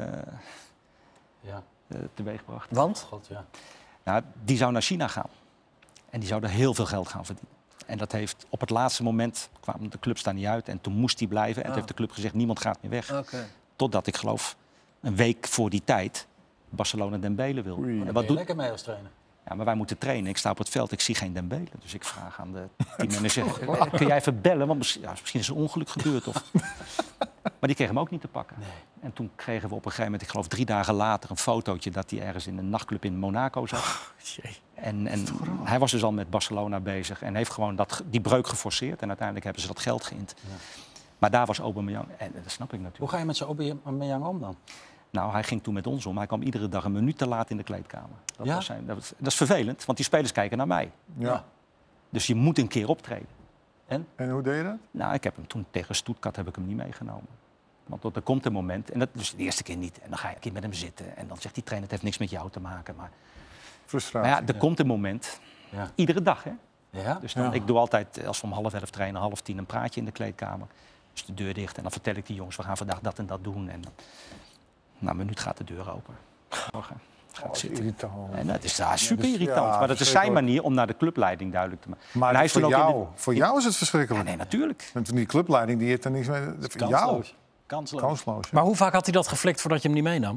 ja. uh, teweegbracht. Want? God, ja. Nou, die zou naar China gaan. En die zou er heel veel geld gaan verdienen. En dat heeft op het laatste moment, kwamen de clubs daar niet uit. En toen moest hij blijven. En oh. toen heeft de club gezegd, niemand gaat meer weg. Okay. Totdat ik geloof, een week voor die tijd, Barcelona Dembele wil. Oei, en wat doe je lekker mee als trainer? Ja, maar wij moeten trainen. Ik sta op het veld, ik zie geen Dembele. Dus ik vraag aan de teammanager, kun jij even bellen? Want misschien, ja, misschien is er een ongeluk gebeurd. Of... Maar die kregen hem ook niet te pakken. Nee. En toen kregen we op een gegeven moment, ik geloof drie dagen later... een fotootje dat hij ergens in een nachtclub in Monaco zat. Oh, en en hij was dus al met Barcelona bezig en heeft gewoon dat, die breuk geforceerd. En uiteindelijk hebben ze dat geld geïnd. Ja. Maar daar was Aubameyang, en dat snap ik natuurlijk. Hoe ga je met zo'n Aubameyang om dan? Nou, hij ging toen met ons om. Hij kwam iedere dag een minuut te laat in de kleedkamer. Dat, ja? was zijn, dat, was, dat is vervelend, want die spelers kijken naar mij. Ja. Dus je moet een keer optreden. En? En hoe deed je dat? Nou, ik heb hem toen tegen Stuttgart heb ik hem niet meegenomen. Want tot er komt een moment, en dat dus de eerste keer niet. En dan ga je een keer met hem zitten. En dan zegt die trainer, het heeft niks met jou te maken. Maar, Frustratie. maar ja, er komt een moment. Ja. Iedere dag, hè. Ja? Dus dan, Ja. ik doe altijd, als we om half elf trainen, half tien een praatje in de kleedkamer. Dus de deur dicht. En dan vertel ik die jongens, we gaan vandaag dat en dat doen. En dan, na een minuut gaat de deur open. Morgen gaat Oh, dat is zitten. irritant. En dat is ah, super dus- irritant. ja, maar dat is zijn verschrikkelijk. manier om naar de clubleiding duidelijk te maken. Maar En hij is voor, toen ook in jou, de- voor in- jou is het Ja, verschrikkelijk. nee, natuurlijk. Want die clubleiding die heeft er niks mee. Voor jou, Kansloos. Kansloos. kansloos. ja. Maar hoe vaak had hij dat geflikt voordat je hem niet meenam?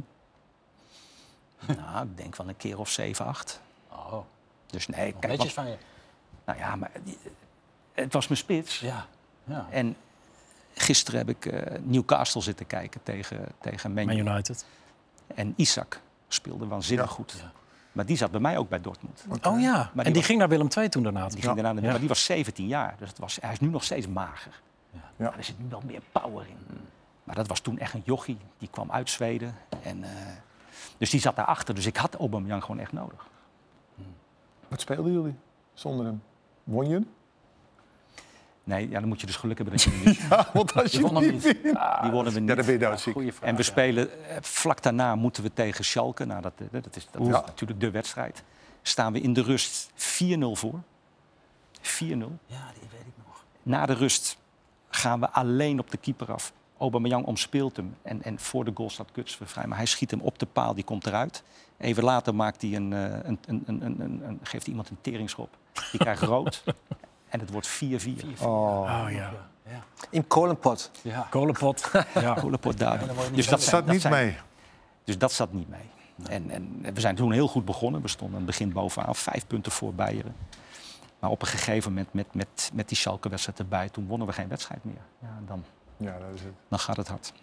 Nou, ik denk wel een keer of zeven, acht. Oh, Dus nee, kijk, netjes want- van je. nou ja, maar die- het was mijn spits. Ja. ja. En gisteren heb ik eh, Newcastle zitten kijken tegen, tegen Man Man United. United. En Isaac speelde waanzinnig Ja. goed. Ja. Maar die zat bij mij ook bij Dortmund. Oh ja, die en die was- ging naar Willem twee toen daarna. Die ging daarna naar- Ja. Maar die was zeventien jaar. Dus het was, hij is nu nog steeds mager. Ja. Maar er zit nu wel meer power in. Maar dat was toen echt een jochie. Die kwam uit Zweden. En, eh, dus die zat daarachter. Dus ik had Aubameyang gewoon echt nodig. Wat speelden jullie zonder hem? Won je hem? Nee, ja, dan moet je dus geluk hebben dat je hem niet... Ja, want als je won hem niet niet. wint... Die wonnen we Ja, niet. dan ben je doodziek. Goeie vraag. En we ja. spelen eh, vlak daarna moeten we tegen Schalke. Nou, dat, eh, dat is, dat is Ja. natuurlijk de wedstrijd. Staan we in de rust vier nul voor. vier nul. Ja, die weet ik nog. Na de rust gaan we alleen op de keeper af. Aubameyang omspeelt hem. En, en voor de goal staat Kutswe vrij. Maar hij schiet hem op de paal, die komt eruit. Even later maakt hij een, eh, een, een, een, een, een, een- geeft iemand een teringschop. Die krijgt rood. En het wordt vier vier. Oh. Oh ja, Ja. In Kolenpot. Ja. kolenpot. Ja. Kolenpot daar. dan word je niet Dus zo dat, Dat zijn- zat dat niet zijn- mee. Dus dat zat niet mee. En, en we zijn toen heel goed begonnen. We stonden aan het begin bovenaan, vijf punten voor Beieren. Maar op een gegeven moment met, met, met die Schalke-wedstrijd erbij, toen wonnen we geen wedstrijd meer. Ja, dan, Ja, dat is het. dan gaat het hard.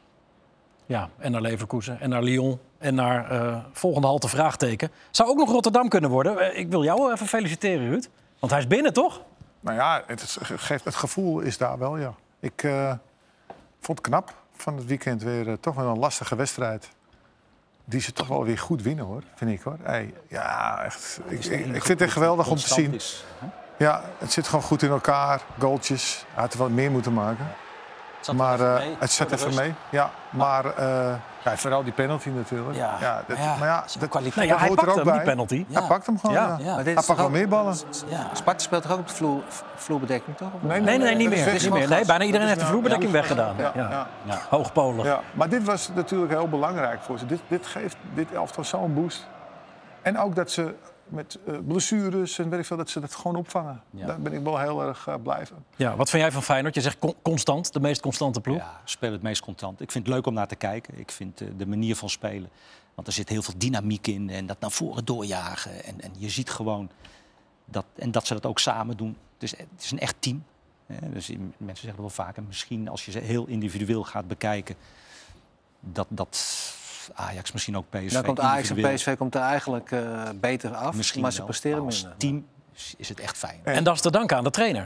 Ja, en naar Leverkusen en naar Lyon en naar eh, volgende halte vraagteken. Zou ook nog Rotterdam kunnen worden. Eh, Ik wil jou even feliciteren, Ruud. Want hij is binnen, toch? Nou ja, het, is- geeft, het gevoel is daar wel, ja. Ik eh, vond het knap van het weekend weer eh, toch wel een lastige wedstrijd. Die ze toch wel weer goed winnen, hoor, vind ik, hoor. Hey, ja, echt. Ik, ik, ik vind het echt geweldig om te Constant zien. is, hè? Ja, het zit gewoon goed in elkaar. Goaltjes. Hij had er wel meer moeten maken. Het zat Maar er even eh, mee, het zat voor de even rust. mee. Ja, maar eh, ja, vooral die penalty natuurlijk. Ja, dat, maar ja, maar ja, dat is een dat, kwaliteit. Nou ja, dat hij hoort er pakte ook hem, die bij. penalty. Ja. Hij pakt hem gewoon, Ja. ja. Ja. Maar dit Hij is pakt toch wel ook- meer ballen. Ja. Sparta speelt toch ook op de vloer, vloerbedekking, toch? Nee, Nee, nee, niet dat is meer. weg. Niet meer. Nee, bijna iedereen heeft de Ja, vloerbedekking ja. weggedaan. Ja, Ja. ja. Hoogpolig. Ja, maar dit was natuurlijk heel belangrijk voor ze. Dit, dit geeft dit elftal zo'n boost. En ook dat ze met eh, blessures en weet ik veel, dat ze dat gewoon opvangen. Ja. Daar ben ik wel heel erg uh, blij van. Ja, wat vind jij van Feyenoord? Je zegt con- constant, de meest constante ploeg. Ja, spelen het meest contant. Ik vind het leuk om naar te kijken. Ik vind eh, de manier van spelen. Want er zit heel veel dynamiek in en dat naar voren doorjagen. En, en je ziet gewoon dat, en dat ze dat ook samen doen. Het is, het is een echt team. Hè. Dus in- mensen zeggen wel vaker, misschien als je ze heel individueel gaat bekijken, dat, dat Ajax misschien ook P S V. Dan komt Ajax en individueel- P S V komt er eigenlijk eh, beter af, Misschien maar ze wel, presteren maar als minder. team is- is het echt fijn. En dat is te danken aan de trainer.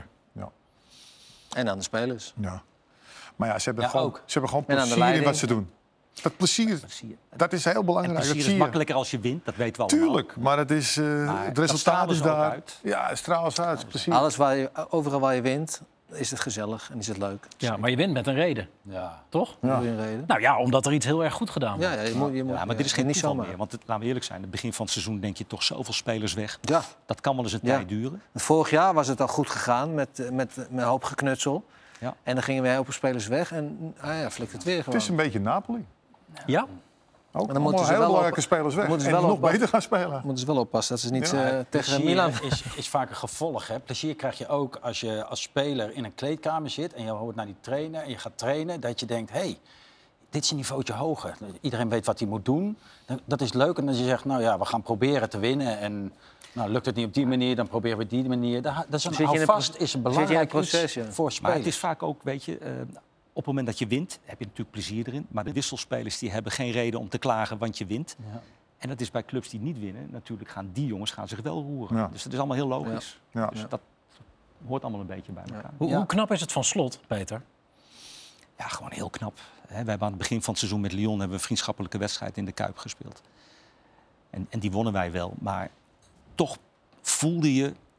En aan de spelers. Ja. Maar ja, ze hebben Ja, gewoon, ook. ze hebben gewoon En aan de plezier in leiding. wat ze doen. Dat plezier, Dat zie je. dat is heel En belangrijk. plezier Dat is zie je. makkelijker als je wint, dat weten we allemaal. Tuurlijk, maar het, is, eh, Maar het dat resultaat stralen is ze ook daar. uit. Ja, het straalt ze uit. Plezier. Alles waar je, overal waar je wint, is het gezellig en is het leuk. Ja, maar je wint met een reden, Ja. toch? Ja. Een reden. Nou ja, omdat er iets heel erg goed gedaan wordt. Ja, ja, je moet, je moet, Ja, maar dit is geen niet toeval zomaar. meer. Want het, laten we eerlijk zijn, het begin van het seizoen denk je toch zoveel spelers weg. Ja. Dat kan wel eens een Ja. tijd duren. Vorig jaar was het al goed gegaan met, met, met een hoop geknutsel. Ja. En dan gingen weer heel veel spelers weg en ah ja, flikt het weer Het gewoon. is een beetje Napoli. Ja? Ook dan allemaal moeten ze heel wel belangrijke op- spelers weg. moeten ze En wel nog oppassen. beter gaan spelen. Moeten ze wel oppassen dat ze niet Ja. eh, tegen Plezier Milan... is, is vaak een gevolg. Hè. Plezier krijg je ook als je als speler in een kleedkamer zit en je hoort naar die trainer en je gaat trainen, dat je denkt, hé, hey, dit is een niveautje hoger. Iedereen weet wat hij moet doen. Dat is leuk. En dan je zegt, nou ja, we gaan proberen te winnen. En nou, lukt het niet op die manier, dan proberen we het die manier. Dat dat is een, Zit je in een alvast pro- is een zit je in belangrijk een proces, iets ja. voor Maar spelers. het is vaak ook, weet je, eh, op het moment dat je wint, heb je natuurlijk plezier erin. Maar de wisselspelers die hebben geen reden om te klagen, want je wint. Ja. En dat is bij clubs die niet winnen. Natuurlijk gaan die jongens gaan zich wel roeren. Ja. Dus dat is allemaal heel logisch. Ja. Dus Ja. dat hoort allemaal een beetje bij elkaar. Hoe, Ja. hoe knap is het van Slot, Peter? Ja, gewoon heel knap. We hebben aan het begin van het seizoen met Lyon hebben we een vriendschappelijke wedstrijd in de Kuip gespeeld. En, en die wonnen wij wel. Maar toch voelde je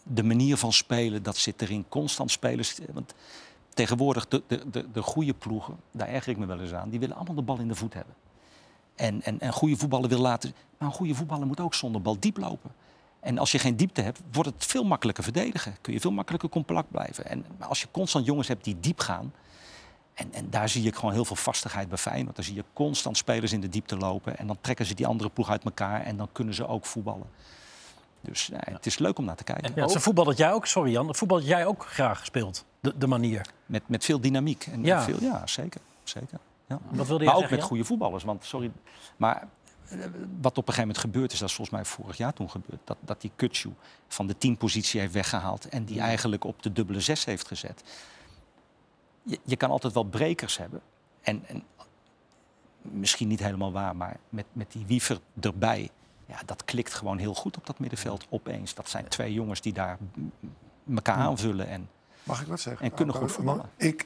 de manier van spelen, dat zit erin. Constant spelers. Want tegenwoordig, de, de, de, de goede ploegen, daar erger ik me wel eens aan, die willen allemaal de bal in de voet hebben. En, en, en goede voetballer wil laten... Maar een goede voetballer moet ook zonder bal diep lopen. En als je geen diepte hebt, wordt het veel makkelijker verdedigen. Kun je veel makkelijker compact blijven. En maar als je constant jongens hebt die diep gaan... En, en daar zie je gewoon heel veel vastigheid bij Feyenoord. Dan zie je constant spelers in de diepte lopen. En dan trekken ze die andere ploeg uit elkaar. En dan kunnen ze ook voetballen. Dus ja, het is leuk om naar te kijken. Ja, het is een voetbal dat jij ook, sorry Jan, een voetbal dat jij ook graag speelt. De, de manier. Met, met veel dynamiek. En Ja. Veel, ja, zeker. zeker. Ja. Wat wilde je Maar ook zeggen, met Jan? goede voetballers. Want, sorry, maar eh, wat op een gegeven moment gebeurd is, dat is volgens mij vorig jaar toen gebeurd, dat, dat die Kutsu van de teampositie heeft weggehaald en die eigenlijk op de dubbele zes heeft gezet. Je, je kan altijd wel brekers hebben. En, en misschien niet helemaal waar, maar met, met die Wiever erbij, ja, dat klikt gewoon heel goed op dat middenveld opeens. Dat zijn twee jongens die daar elkaar aanvullen en, Mag ik wat zeggen? en kunnen goed voetballen. Ik,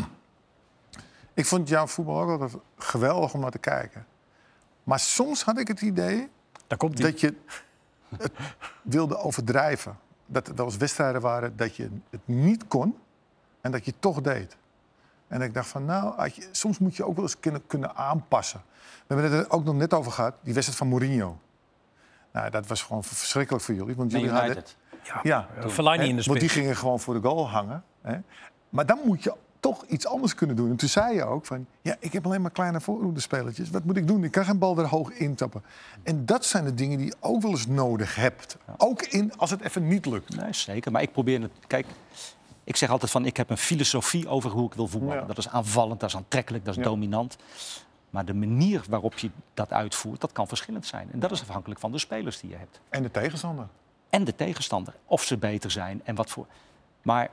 ik vond jouw voetbal ook altijd geweldig om naar te kijken. Maar soms had ik het idee Daar komt hij. dat je het wilde overdrijven. Dat er wel eens wedstrijden waren dat je het niet kon en dat je het toch deed. En ik dacht van, nou, had je, soms moet je ook wel eens kunnen, kunnen aanpassen. We hebben het er ook nog net over gehad, die wedstrijd van Mourinho. Nou, dat was gewoon verschrikkelijk voor jullie. Want Man jullie hadden, United. ja, Uh, Fellaini in de want die spits. gingen gewoon voor de goal hangen. Hè. Maar dan moet je toch iets anders kunnen doen. En toen zei je ook van, ja, ik heb alleen maar kleine voorhoedenspelertjes. Wat moet ik doen? Ik kan geen bal er hoog intappen. En dat zijn de dingen die je ook wel eens nodig hebt. Ook in, als het even niet lukt. Nee, zeker. Maar ik probeer het. Kijk, ik zeg altijd van, ik heb een filosofie over hoe ik wil voetballen. Ja. Dat is aanvallend, dat is aantrekkelijk, dat is Ja. dominant. Maar de manier waarop je dat uitvoert, dat kan verschillend zijn. En dat is afhankelijk van de spelers die je hebt. En de tegenstander. En de tegenstander. Of ze beter zijn en wat voor. Maar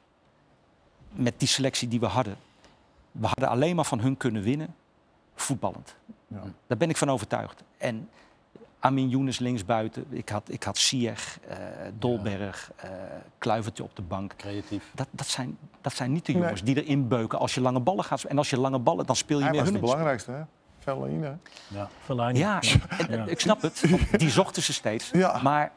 met die selectie die we hadden, we hadden alleen maar van hun kunnen winnen, voetballend. Ja. Daar ben ik van overtuigd. En Amin Younes linksbuiten, ik had, ik had Ziyech, uh, Dolberg, uh, Kluivertje op de bank. Creatief. Dat, dat, zijn, dat zijn niet de Nee. jongens die erin beuken als je lange ballen gaat. En als je lange ballen, dan speel je Hij meer was hun de in. belangrijkste, hè? Fellaini. Ja. Fellaini. Ja, en- en ik snap het. Want die zochten ze steeds. Ja. Maar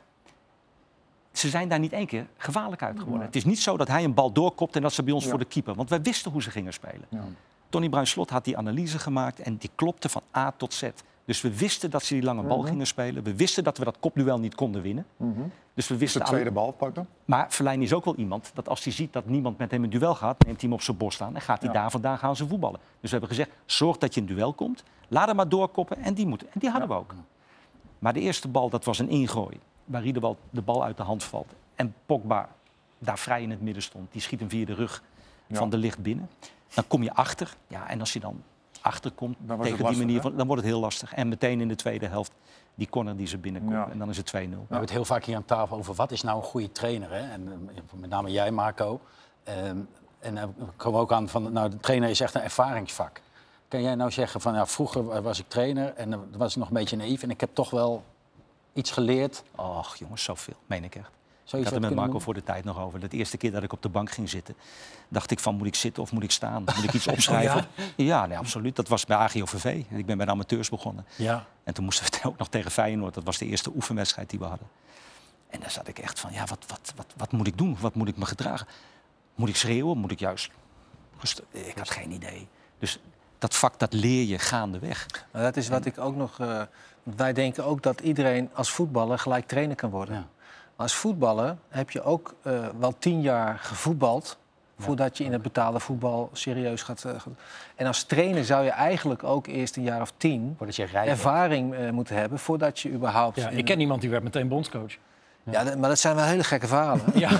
ze zijn daar niet één keer gevaarlijk uit geworden. Het is niet zo dat hij een bal doorkopt en dat ze bij ons Ja. voor de keeper. Want wij wisten hoe ze gingen spelen. Ja. Tony Bruin-Slot had die analyse gemaakt en die klopte van A tot Z. Dus we wisten dat ze die lange bal Mhm. gingen spelen. We wisten dat we dat kopduel niet konden winnen. Mhm. Dus we De wisten tweede alle- bal pakken. Maar Fellaini is ook wel iemand dat als hij ziet dat niemand met hem een duel gaat, neemt hij hem op zijn borst aan en gaat hij Ja. daar vandaan gaan ze voetballen. Dus we hebben gezegd, zorg dat je in duel komt. Laat hem maar doorkoppen en die moeten. En die hadden Ja. we ook. Maar de eerste bal, dat was een ingooi. Waar Riedewald de bal uit de hand valt. En Pogba daar vrij in het midden stond. Die schiet hem via de rug Ja. van de licht binnen. Dan kom je achter. Ja, en als je dan achterkomt Dan wordt tegen het die lastig, manier, hè? van, dan wordt het heel lastig. En meteen in de tweede helft die corner die ze binnenkomt. Ja. En dan is het twee nul. We hebben het heel vaak hier aan tafel over wat is nou een goede trainer. Hè? En eh, met name jij, Marco. Ehm, en dan komen we ook aan van, nou, de trainer is echt een ervaringsvak. Kan jij nou zeggen van, ja, vroeger was ik trainer en dan was ik nog een beetje naïef en ik heb toch wel iets geleerd. Och jongens, zoveel. Meen ik echt. Ik Zoiets had het met wat Marco kunnen voor de tijd nog over. De eerste keer dat ik op de bank ging zitten, dacht ik van, moet ik zitten of moet ik staan? Moet ik iets opschrijven? ja, nee, absoluut. Dat was bij A G O V V. Ik ben bij de amateurs begonnen. Ja. En toen moesten we het ook nog tegen Feyenoord. Dat was de eerste oefenwedstrijd die we hadden. En daar zat ik echt van, ja, wat, wat, wat, wat moet ik doen? Wat moet ik me gedragen? Moet ik schreeuwen? Moet ik juist... rust- Ik had geen idee. Dus dat vak, dat leer je gaandeweg. Maar dat is wat ik ook nog... eh, wij denken ook dat iedereen als voetballer gelijk trainer kan worden. Ja. Maar als voetballer heb je ook eh, wel tien jaar gevoetbald... voordat je in het betaalde voetbal serieus gaat... eh, gaat- en als trainer zou je eigenlijk ook eerst een jaar of tien... Voordat je rijdt. ervaring eh, moeten hebben voordat je überhaupt... Ja, in- ik ken iemand die werd meteen bondscoach. Ja, dat- maar dat zijn wel hele gekke verhalen. Ja.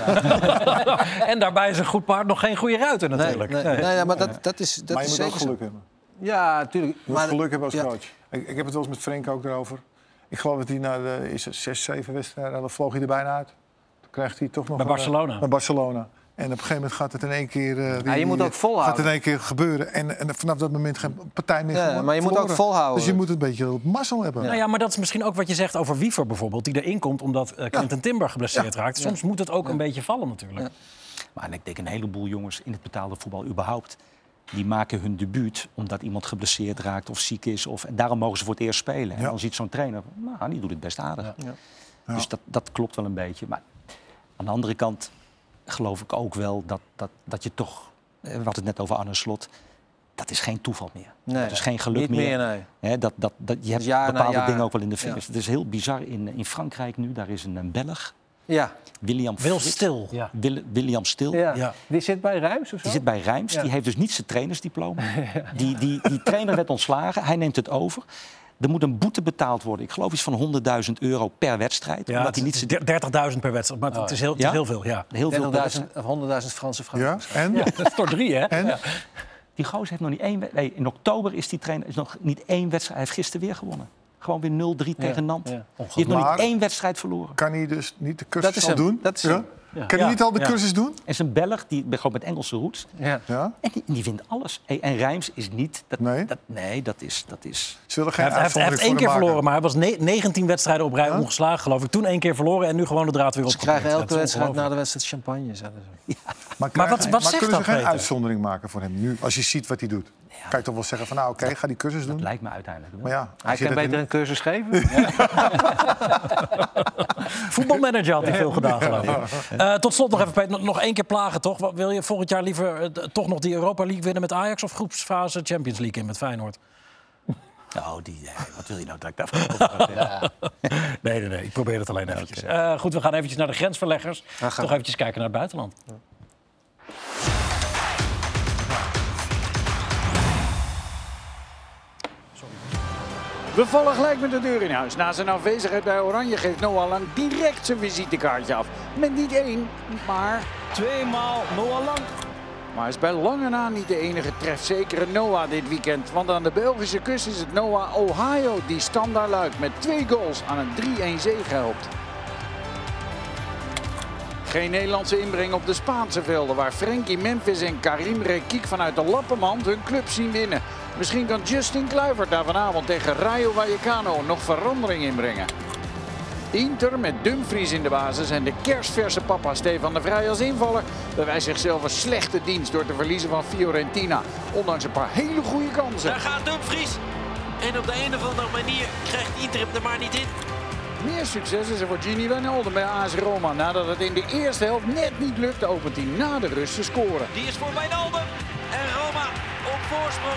En daarbij is een goed paard nog geen goede ruiter Nee, natuurlijk. nee, nee, nee, maar dat, dat is, dat maar je is moet ook zeker zo. geluk hebben. Ja, natuurlijk. Je moet geluk hebben als ja. coach. Ik, ik heb het wel eens met Frank ook erover. Ik geloof dat hij na de is het zes, zeven wedstrijden, dan vloog hij er bijna uit. Toen krijgt hij toch nog... Bij een, Barcelona. eh, Bij Barcelona. En op een gegeven moment gaat het in één keer... eh, die- Ja, je moet die- ook volhouden. Gaat het in één keer gebeuren. En, en vanaf dat moment geen partij meer Ja, gewonnen- maar je moet ook verloren. volhouden. Dus je moet een beetje mazzel hebben. Nou ja, maar dat is misschien ook wat je zegt over Wiever bijvoorbeeld. Die erin komt omdat uh, Quentin Timber geblesseerd raakt. Soms moet het ook een beetje vallen natuurlijk. Ja. Maar ik denk een heleboel jongens in het betaalde voetbal überhaupt... die maken hun debuut omdat iemand geblesseerd raakt of ziek is. Of, en daarom mogen ze voor het eerst spelen. En Ja. dan ziet zo'n trainer, nou, die doet het best aardig. Ja. Dus dat, dat klopt wel een beetje. Maar Aan de andere kant geloof ik ook wel dat, dat, dat je toch... We hadden het net over Arne Slot. Dat is geen toeval meer. Nee, dat is geen geluk niet meer. meer nee. He, dat, dat, dat, je hebt jaar na bepaalde jaar. dingen ook wel in de vingers. Ja. Het is heel bizar in, in Frankrijk nu. Daar is een, een Belg, Ja. William Wil Frits. stil. Ja. Wil, William Stil. Ja. Ja. Die zit bij Rijms of zo? Die zit bij Rijms. Ja. Die heeft dus niet zijn trainersdiploma. Die, die, die trainer werd ontslagen. Hij neemt het over. Er moet een boete betaald worden. Ik geloof iets van honderdduizend euro per wedstrijd. Ja, omdat hij niet zijn... dertigduizend per wedstrijd. Maar het is heel, het is Ja? heel veel, ja. Heel veel per dertigduizend wedstrijd. of honderdduizend Franse frank. Ja, en? Dat is toch drie, hè? En? Die gozer heeft nog niet één... wed- Nee, in oktober is die trainer is nog niet één wedstrijd. Hij heeft gisteren weer gewonnen. Gewoon weer nul drie tegen Nantes. ja. Die heeft nog Maar- niet één wedstrijd verloren. Kan hij dus niet de Dat cursus is al hem. doen? Dat is ja? hem. Ja. Kan hij Ja, niet al de ja. cursus doen? En zijn Belg, die gewoon met Engelse roots. Ja. Ja. En die, die wint alles. Hey, en Rijms is niet... Dat, Nee? dat, nee, dat is... Dat is Ze willen geen Hij heeft, hij heeft, hij heeft uitzondering één keer voor hem verloren, maken. maar hij was ne- negentien wedstrijden op rij Ja? ongeslagen, geloof ik. Toen één keer verloren en nu gewoon de draad weer Ze opgepakt. krijgen elke Dat is wedstrijd na ongelooflijk. de wedstrijd champagne. Zeiden ze. Maar, Maar krijgen- wat- wat maar zegt kunnen dat, ze geen Peter? uitzondering maken voor hem nu? Als je ziet wat hij doet. Kan je toch wel zeggen van nou oké, ga die cursus doen. lijkt me uiteindelijk. wel. Maar ja, Hij als je kan dat beter in- een cursus geven. Voetbalmanager had hij veel gedaan, geloof ik. Eh, tot slot nog even, Peter, nog- nog één keer plagen, toch? Wat- Wil je volgend jaar liever eh, d- toch nog die Europa League winnen met Ajax... of groepsfase Champions League in met Feyenoord? Nou, die, eh, wat wil je nou dat ik daarvan over zeg? Nee, nee, nee. Ik probeer het alleen eventjes. Eh, goed, we gaan eventjes naar de grensverleggers. gaan Toch we. eventjes kijken naar het buitenland. We vallen gelijk met de deur in huis. Na zijn afwezigheid bij Oranje geeft Noah Lang direct zijn visitekaartje af. Met niet één, maar tweemaal Noah Lang. Maar hij is bij lange na niet de enige trefzekere Noah dit weekend. Want aan de Belgische kust is het Noah Ohio die standaard luidt met twee goals aan een drie-een zege helpt. Geen Nederlandse inbreng op de Spaanse velden, waar Frenkie Memphis en Karim Rekik vanuit de lappenmand hun club zien winnen. Misschien kan Justin Kluivert daar vanavond tegen Rayo Vallecano nog verandering inbrengen. Inter met Dumfries in de basis en de kerstverse papa Stefan de Vrij als invaller bewijst zichzelf een slechte dienst door te verliezen van Fiorentina. Ondanks een paar hele goede kansen. Daar gaat Dumfries. En op de een of andere manier krijgt Inter hem er maar niet in. Meer succes is er voor Gini Wijnaldum bij A S Roma. Nadat het in de eerste helft net niet lukte, opent hij na de rust te scoren. Die is voor Wijnaldum. En Roma op voorsprong.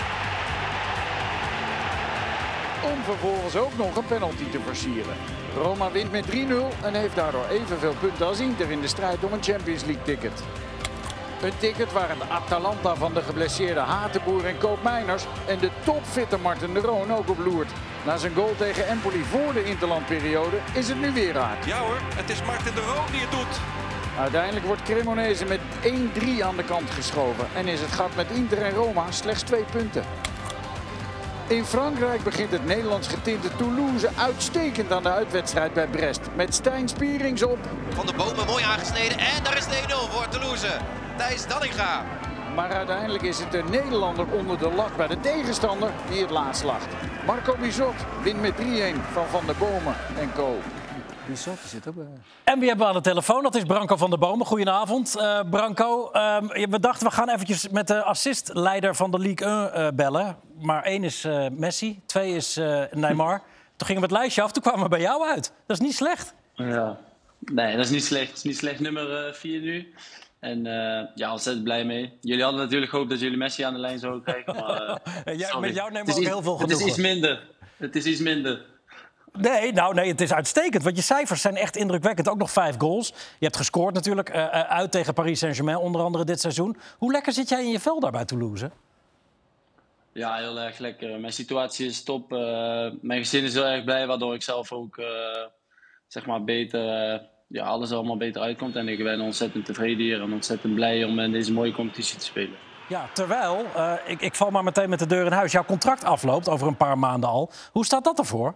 Om vervolgens ook nog een penalty te versieren. Roma wint met drie nul en heeft daardoor evenveel punten als Inter in de strijd om een Champions League ticket. Een ticket waar het Atalanta van de geblesseerde Hatenboer en Koopmeiners en de topfitte Martin de Roon ook op loert. Na zijn goal tegen Empoli voor de interlandperiode is het nu weer raak. Ja hoor, het is Martin de Roon die het doet. Uiteindelijk wordt Cremonese met één drie aan de kant geschoven en is het gat met Inter en Roma slechts twee punten. In Frankrijk begint het Nederlands getinte Toulouse uitstekend aan de uitwedstrijd bij Brest. Met Stijn Spierings op. Van de Bomen mooi aangesneden. En daar is de één nul voor Toulouse. Thijs Dallinga. Maar uiteindelijk is het de Nederlander onder de lat bij de tegenstander die het laatst lacht. Marco Bizot wint met drie-een van Van der Bomen en co. Die zot zit ook bij. En wie hebben we aan de telefoon? Dat is Branko van der Bomen. Goedenavond, uh, Branko. Uh, we dachten, we gaan eventjes met de assistleider van de Ligue één uh, bellen. Maar één is uh, Messi, twee is uh, Neymar. Toen gingen we het lijstje af, toen kwamen we bij jou uit. Dat is niet slecht. Ja, nee, dat is niet slecht. Dat is niet slecht nummer vier uh, nu. En uh, ja, ontzettend blij mee. Jullie hadden natuurlijk gehoopt dat jullie Messi aan de lijn zouden krijgen. Maar, uh, ja, met jou nemen we ook iets, heel veel genoegen. Het is iets minder. Het is iets minder. Nee, nou nee, het is uitstekend. Want je cijfers zijn echt indrukwekkend. Ook nog vijf goals. Je hebt gescoord natuurlijk uh, uit tegen Paris Saint-Germain, onder andere dit seizoen. Hoe lekker zit jij in je vel daar bij Toulouse? Ja, heel erg lekker. Mijn situatie is top. Uh, mijn gezin is heel erg blij, waardoor ik zelf ook uh, zeg maar beter, uh, ja, alles allemaal beter uitkomt. En ik ben ontzettend tevreden hier en ontzettend blij om in deze mooie competitie te spelen. Ja, terwijl, uh, ik, ik val maar meteen met de deur in huis. Jouw contract afloopt over een paar maanden al. Hoe staat dat ervoor?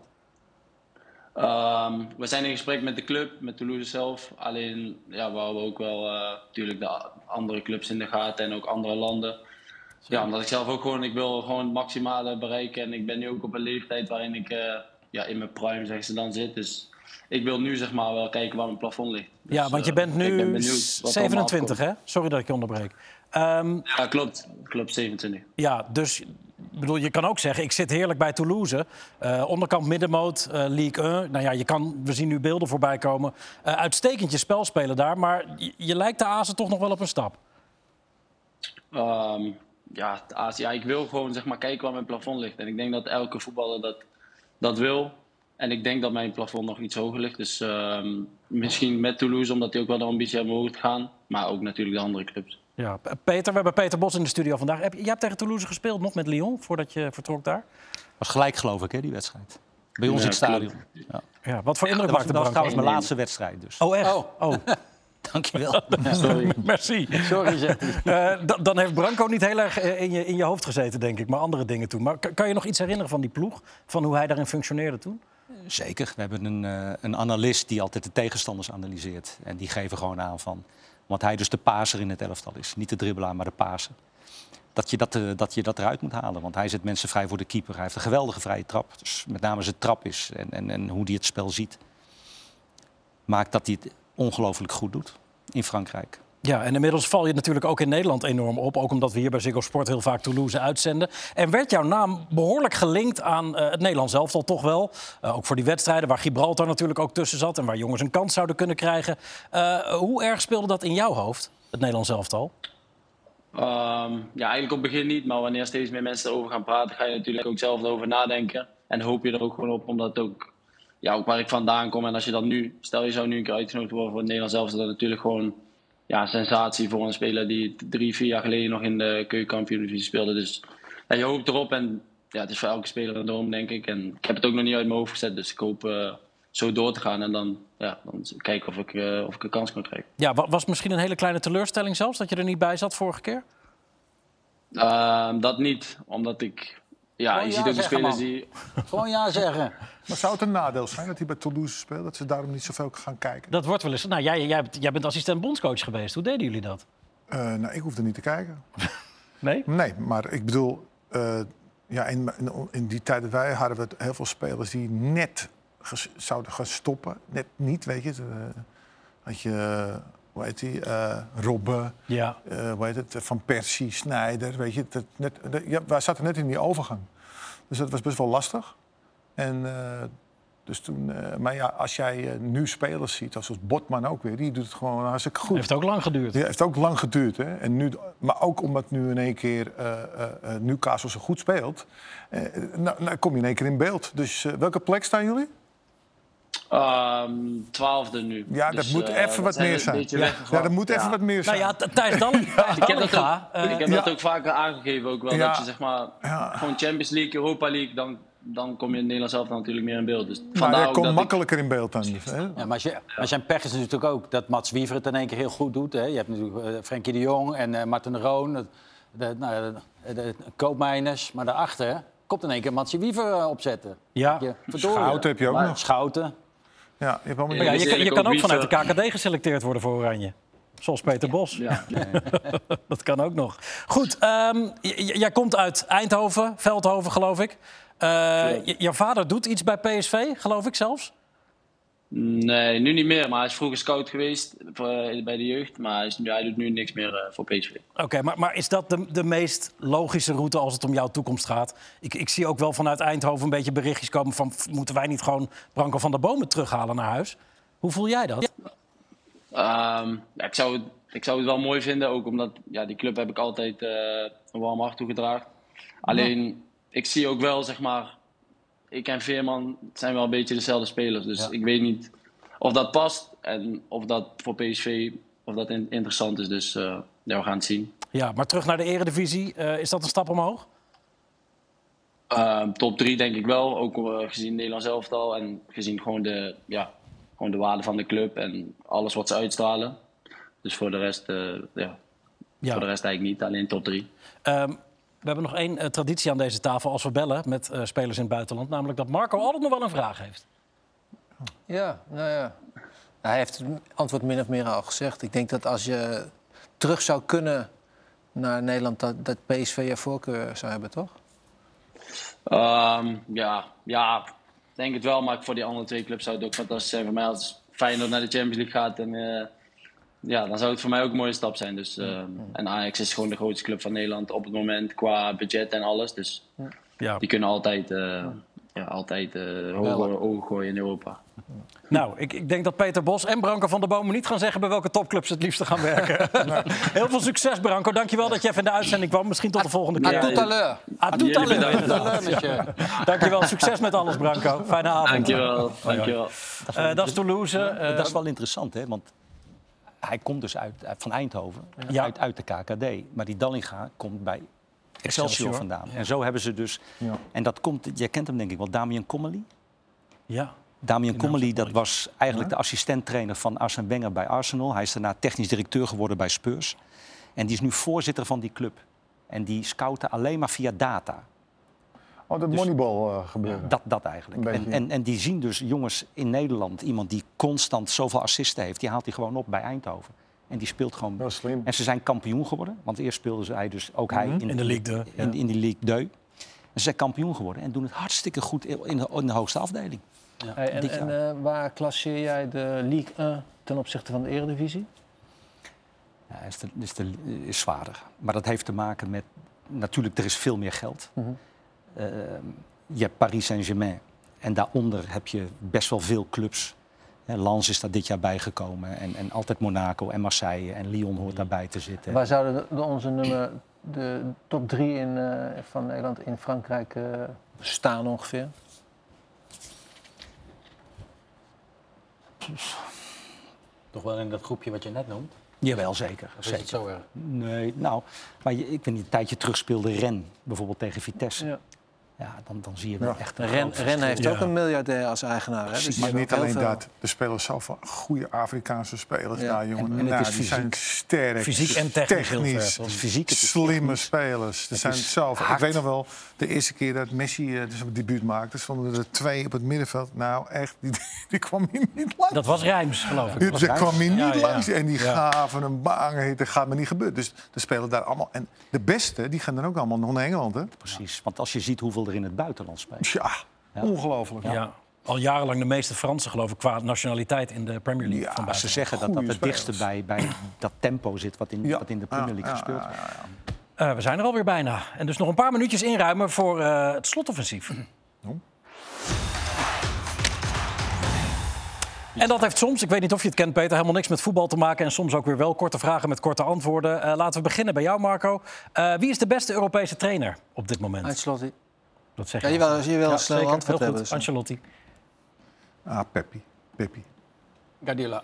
Um, we zijn in gesprek met de club, met Toulouse zelf. Alleen ja, we houden ook wel uh, natuurlijk de andere clubs in de gaten en ook andere landen. Ja, omdat ik zelf ook gewoon, ik wil gewoon het maximale bereiken. En ik ben nu ook op een leeftijd waarin ik uh, ja, in mijn prime, zeggen ze dan, zit. Dus ik wil nu zeg maar wel kijken waar mijn plafond ligt. Dus, ja, want je bent nu uh, ben zevenentwintig, hè? Sorry dat ik je onderbreek. Um, ja, klopt. Klopt, zevenentwintig. Ja, dus ik bedoel, je kan ook zeggen, ik zit heerlijk bij Toulouse. Uh, onderkant middenmoot, uh, Ligue één. Nou ja, je kan, we zien nu beelden voorbij komen. Uh, uitstekend je spel spelen daar, maar je, je lijkt de Azen toch nog wel op een stap. Um, ja, Azen, ja, ik wil gewoon zeg maar, kijken waar mijn plafond ligt. En ik denk dat elke voetballer dat, dat wil. En ik denk dat mijn plafond nog iets hoger ligt. Dus uh, misschien met Toulouse, omdat die ook wel de ambitie hebben omhoog te gaan. Maar ook natuurlijk de andere clubs. Ja, Peter, we hebben Peter Bos in de studio vandaag. Heb, je hebt tegen Toulouse gespeeld, nog met Lyon, voordat je vertrok daar? Was gelijk, geloof ik, hè, die wedstrijd. Bij ons ja, in het stadion. Ja. Ja, wat voor indruk ja, maakte dat was trouwens mijn nee. laatste wedstrijd. Dus. Oh, echt? Oh. oh. Dankjewel. Sorry. Merci. Sorry, zegt hij. Uh, dan heeft Branco niet heel erg in je, in je hoofd gezeten, denk ik. Maar andere dingen toen. Maar kan je nog iets herinneren van die ploeg? Van hoe hij daarin functioneerde toen? Zeker. We hebben een, uh, een analist die altijd de tegenstanders analyseert. En die geven gewoon aan van... Want hij dus de paser in het elftal is. Niet de dribbelaar, maar de paser. Dat je dat, uh, dat je dat eruit moet halen. Want hij zet mensen vrij voor de keeper. Hij heeft een geweldige vrije trap. Dus met name zijn trap is en, en, en hoe hij het spel ziet... maakt dat hij het ongelooflijk goed doet in Frankrijk. Ja, en inmiddels val je natuurlijk ook in Nederland enorm op. Ook omdat we hier bij Ziggo Sport heel vaak Toulouse uitzenden. En werd jouw naam behoorlijk gelinkt aan uh, het Nederlands elftal toch wel. Uh, ook voor die wedstrijden waar Gibraltar natuurlijk ook tussen zat... en waar jongens een kans zouden kunnen krijgen. Uh, hoe erg speelde dat in jouw hoofd, het Nederlands elftal? Um, ja, eigenlijk op het begin niet. Maar wanneer steeds meer mensen erover gaan praten... ga je natuurlijk ook zelf erover nadenken. En hoop je er ook gewoon op, omdat ook... Ja, ook waar ik vandaan kom. En als je dan nu... Stel je zou nu een keer uitgenodigd worden voor het Nederlands elftal... dat natuurlijk gewoon... Ja, een sensatie voor een speler die drie, vier jaar geleden nog in de keukenkampioen-divisie speelde. Dus ja, je hoopt erop en ja, het is voor elke speler een droom, denk ik. En ik heb het ook nog niet uit mijn hoofd gezet, dus ik hoop uh, zo door te gaan en dan, ja, dan kijken of ik, uh, of ik een kans kan krijgen. Ja, was het misschien een hele kleine teleurstelling zelfs, dat je er niet bij zat vorige keer? Uh, dat niet, omdat ik... Ja, Gewoon je ja ziet ook de zeggen, spelers man. die... Gewoon ja zeggen. Maar zou het een nadeel zijn dat hij bij Toulouse speelt? Dat ze daarom niet zoveel gaan kijken? Dat wordt wel eens... Nou, jij, jij, jij bent assistent bondscoach geweest. Hoe deden jullie dat? Uh, nou, ik hoefde niet te kijken. Nee? Nee, maar ik bedoel... Uh, ja, in, in, in die tijd dat wij hadden we heel veel spelers die net ges, zouden gaan stoppen. Net niet, weet je. Uh, had je... Hoe heet die? Uh, Robben, ja. uh, hoe heet het? Van Persie, Sneijder, weet je. Dat net, dat, ja, wij zaten net in die overgang. Dus dat was best wel lastig. En, uh, dus toen, uh, maar ja, als jij uh, nu spelers ziet, zoals Botman ook weer... die doet het gewoon hartstikke goed. Heeft ook lang geduurd. Die heeft ook lang geduurd. Hè? En nu, maar ook omdat nu in één keer uh, uh, uh, Newcastle zo goed speelt... Uh, nou, nou kom je in één keer in beeld. Dus uh, welke plek staan jullie? Um, twaalfde nu. Ja, dus, dat moet uh, even wat meer zijn. Ja, ja, dat moet ja. even wat meer zijn. Nou ja, Thijs dan. Ik heb dat ook, uh, ik heb ja. dat ook vaker aangegeven ook wel. Ja. Dat je zeg maar, ja. gewoon Champions League, Europa League, dan, dan kom je in het Nederlands elftal natuurlijk meer in beeld. Dus nou, je komt ook makkelijker ik... in beeld dan. Hè? Ja, maar, als je, maar zijn pech is natuurlijk ook dat Mats Wiever het in één keer heel goed doet. Hè. Je hebt natuurlijk uh, Frenkie de Jong en uh, Martin de Roon, de, de, nou, de, de Koopmeiners. Maar daarachter komt in één keer Mats Wiever uh, opzetten. Ja, je, Schouten heb je ook maar, nog. Schouten. Ja, je, hebt ja, ja, je, kan, je kan ook vanuit de K K D geselecteerd worden voor Oranje. Zoals Peter Bos. Ja. Ja. Dat kan ook nog. Goed, um, jij komt uit Eindhoven, Veldhoven, geloof ik. Uh, jouw vader doet iets bij P S V, geloof ik zelfs? Nee, nu niet meer. Maar hij is vroeger scout geweest voor, bij de jeugd. Maar hij, is, hij doet nu niks meer uh, voor P S V. Oké, okay, maar, maar is dat de, de meest logische route als het om jouw toekomst gaat? Ik, ik zie ook wel vanuit Eindhoven een beetje berichtjes komen van... moeten wij niet gewoon Branko van der Bomen terughalen naar huis? Hoe voel jij dat? Ja. Um, ja, ik, zou het, ik zou het wel mooi vinden. Ook omdat ja, die club heb ik altijd uh, een warm hart toegedragen. Alleen, ja. ik zie ook wel, zeg maar... Ik en Veerman zijn wel een beetje dezelfde spelers. Dus ja. ik weet niet of dat past en of dat voor P S V of dat in, interessant is. Dus uh, ja, we gaan het zien. Ja, maar terug naar de Eredivisie. Uh, is dat een stap omhoog? Uh, top drie denk ik wel. Ook uh, gezien het Nederlands elftal en gezien gewoon de, ja, gewoon de waarde van de club en alles wat ze uitstralen. Dus voor de rest, uh, ja, ja. voor de rest eigenlijk niet. Alleen top drie. Um... We hebben nog één uh, traditie aan deze tafel als we bellen met uh, spelers in het buitenland. Namelijk dat Marco altijd nog wel een vraag heeft. Ja, nou ja. Hij heeft het antwoord min of meer al gezegd. Ik denk dat als je terug zou kunnen naar Nederland... dat, dat P S V je voorkeur zou hebben, toch? Um, ja, ja, ik denk het wel. Maar voor die andere twee clubs zou het ook fantastisch zijn voor mij... als Feyenoord naar de Champions League gaat en uh, ja, dan zou het voor mij ook een mooie stap zijn. Dus, uh, en Ajax is gewoon de grootste club van Nederland op het moment qua budget en alles. Dus ja. die kunnen altijd, uh, ja, altijd uh, hoge ogen gooien in Europa. Nou, ik, ik denk dat Peter Bos en Branko van der Bomen niet gaan zeggen bij welke topclubs ze het liefst gaan werken. Nee. Heel veel succes, Branko. Dankjewel dat je even in de uitzending kwam. Misschien tot de volgende keer. A tout à l'heure. A tout à l'heure. Dankjewel. Succes met alles, Branko. Fijne avond. Dankjewel. Dankjewel. Uh, dat is Toulouse. Uh, dat is wel interessant, hè? Want hij komt dus uit, uit van Eindhoven, ja. uit, uit de K K D. Maar die Dallinga komt bij Excelsior, Excelsior. vandaan. Ja. En zo hebben ze dus... Ja. En dat komt... Jij kent hem denk ik wel, Damien Comolli? Ja. Damien Comolli, dat was eigenlijk ja. de assistenttrainer van Arsène Wenger bij Arsenal. Hij is daarna technisch directeur geworden bij Spurs. En die is nu voorzitter van die club. En die scouten alleen maar via data. Oh, dat dus, Moneyball uh, gebeuren. Dat, dat eigenlijk. En, en, en die zien dus jongens in Nederland, iemand die constant zoveel assisten heeft, die haalt hij gewoon op bij Eindhoven. En die speelt gewoon... Dat is slim. En ze zijn kampioen geworden. Want eerst speelden hij dus ook hij mm-hmm. in, in de Ligue deux. In, in, in de Ligue deux. En ze zijn kampioen geworden en doen het hartstikke goed in de, in de hoogste afdeling. Ja. Hey, en en uh, waar classeer jij de Ligue één ten opzichte van de Eredivisie? Ja, is, de, is, de, is zwaarder. Maar dat heeft te maken met... Natuurlijk, er is veel meer geld. Mm-hmm. Uh, je hebt Paris Saint-Germain. En daaronder heb je best wel veel clubs. Hè, Lens is daar dit jaar bijgekomen. En, en altijd Monaco en Marseille en Lyon hoort daarbij te zitten. Waar zouden de, de, onze nummer, de top drie in, uh, van Nederland in Frankrijk uh, staan ongeveer? Toch wel in dat groepje wat je net noemt? Jawel, zeker. Of is het zo erg? Nee, nou, maar je, ik weet niet, een tijdje terug speelde Ren bijvoorbeeld tegen Vitesse. Ja, ja dan, dan zie je wel ja. echt een Ren, Ren heeft ja. ook een miljardair als eigenaar. Hè? Dus maar niet alleen veel... dat. Er spelen zoveel goede Afrikaanse spelers ja. daar, jongen. En, en nou, die fysiek. zijn sterk, fysiek en technisch, technisch fysiek, slimme spelers. Er zijn zoveel. Ik weet nog wel, de eerste keer dat Messi uh, dus een debuut maakte, stonden er twee op het middenveld. Nou, echt, die, die kwam hier niet langs. Dat was Rijms, geloof ik. Die, Ze kwam hier niet ja, langs. Ja. En die ja. gaven een bang. Dat gaat me niet gebeuren. Dus er spelen daar allemaal. En de beste, die gaan dan ook allemaal nog naar Engeland, hè? Precies, want als je ziet hoeveel er in het buitenland speelt. Ja, ja. ongelooflijk. Ja. Ja. Al jarenlang de meeste Fransen, geloof ik, qua nationaliteit in de Premier League. Ja, van ze zeggen dat dat het dichtste bij, bij dat tempo zit wat in, ja. wat in de Premier League ja, gespeeld wordt. Ja, ja, ja. uh, we zijn er alweer bijna. En dus nog een paar minuutjes inruimen voor uh, het slotoffensief. Ja. En dat heeft soms, ik weet niet of je het kent Peter, helemaal niks met voetbal te maken. En soms ook weer wel korte vragen met korte antwoorden. Uh, laten we beginnen bij jou, Marco. Uh, wie is de beste Europese trainer op dit moment? Ancelotti. Dat zeg je. Ja, je wil, je wil ja, snel antwoord hebben. Dus. Ancelotti. Ah, Peppi. Peppi. Guardiola.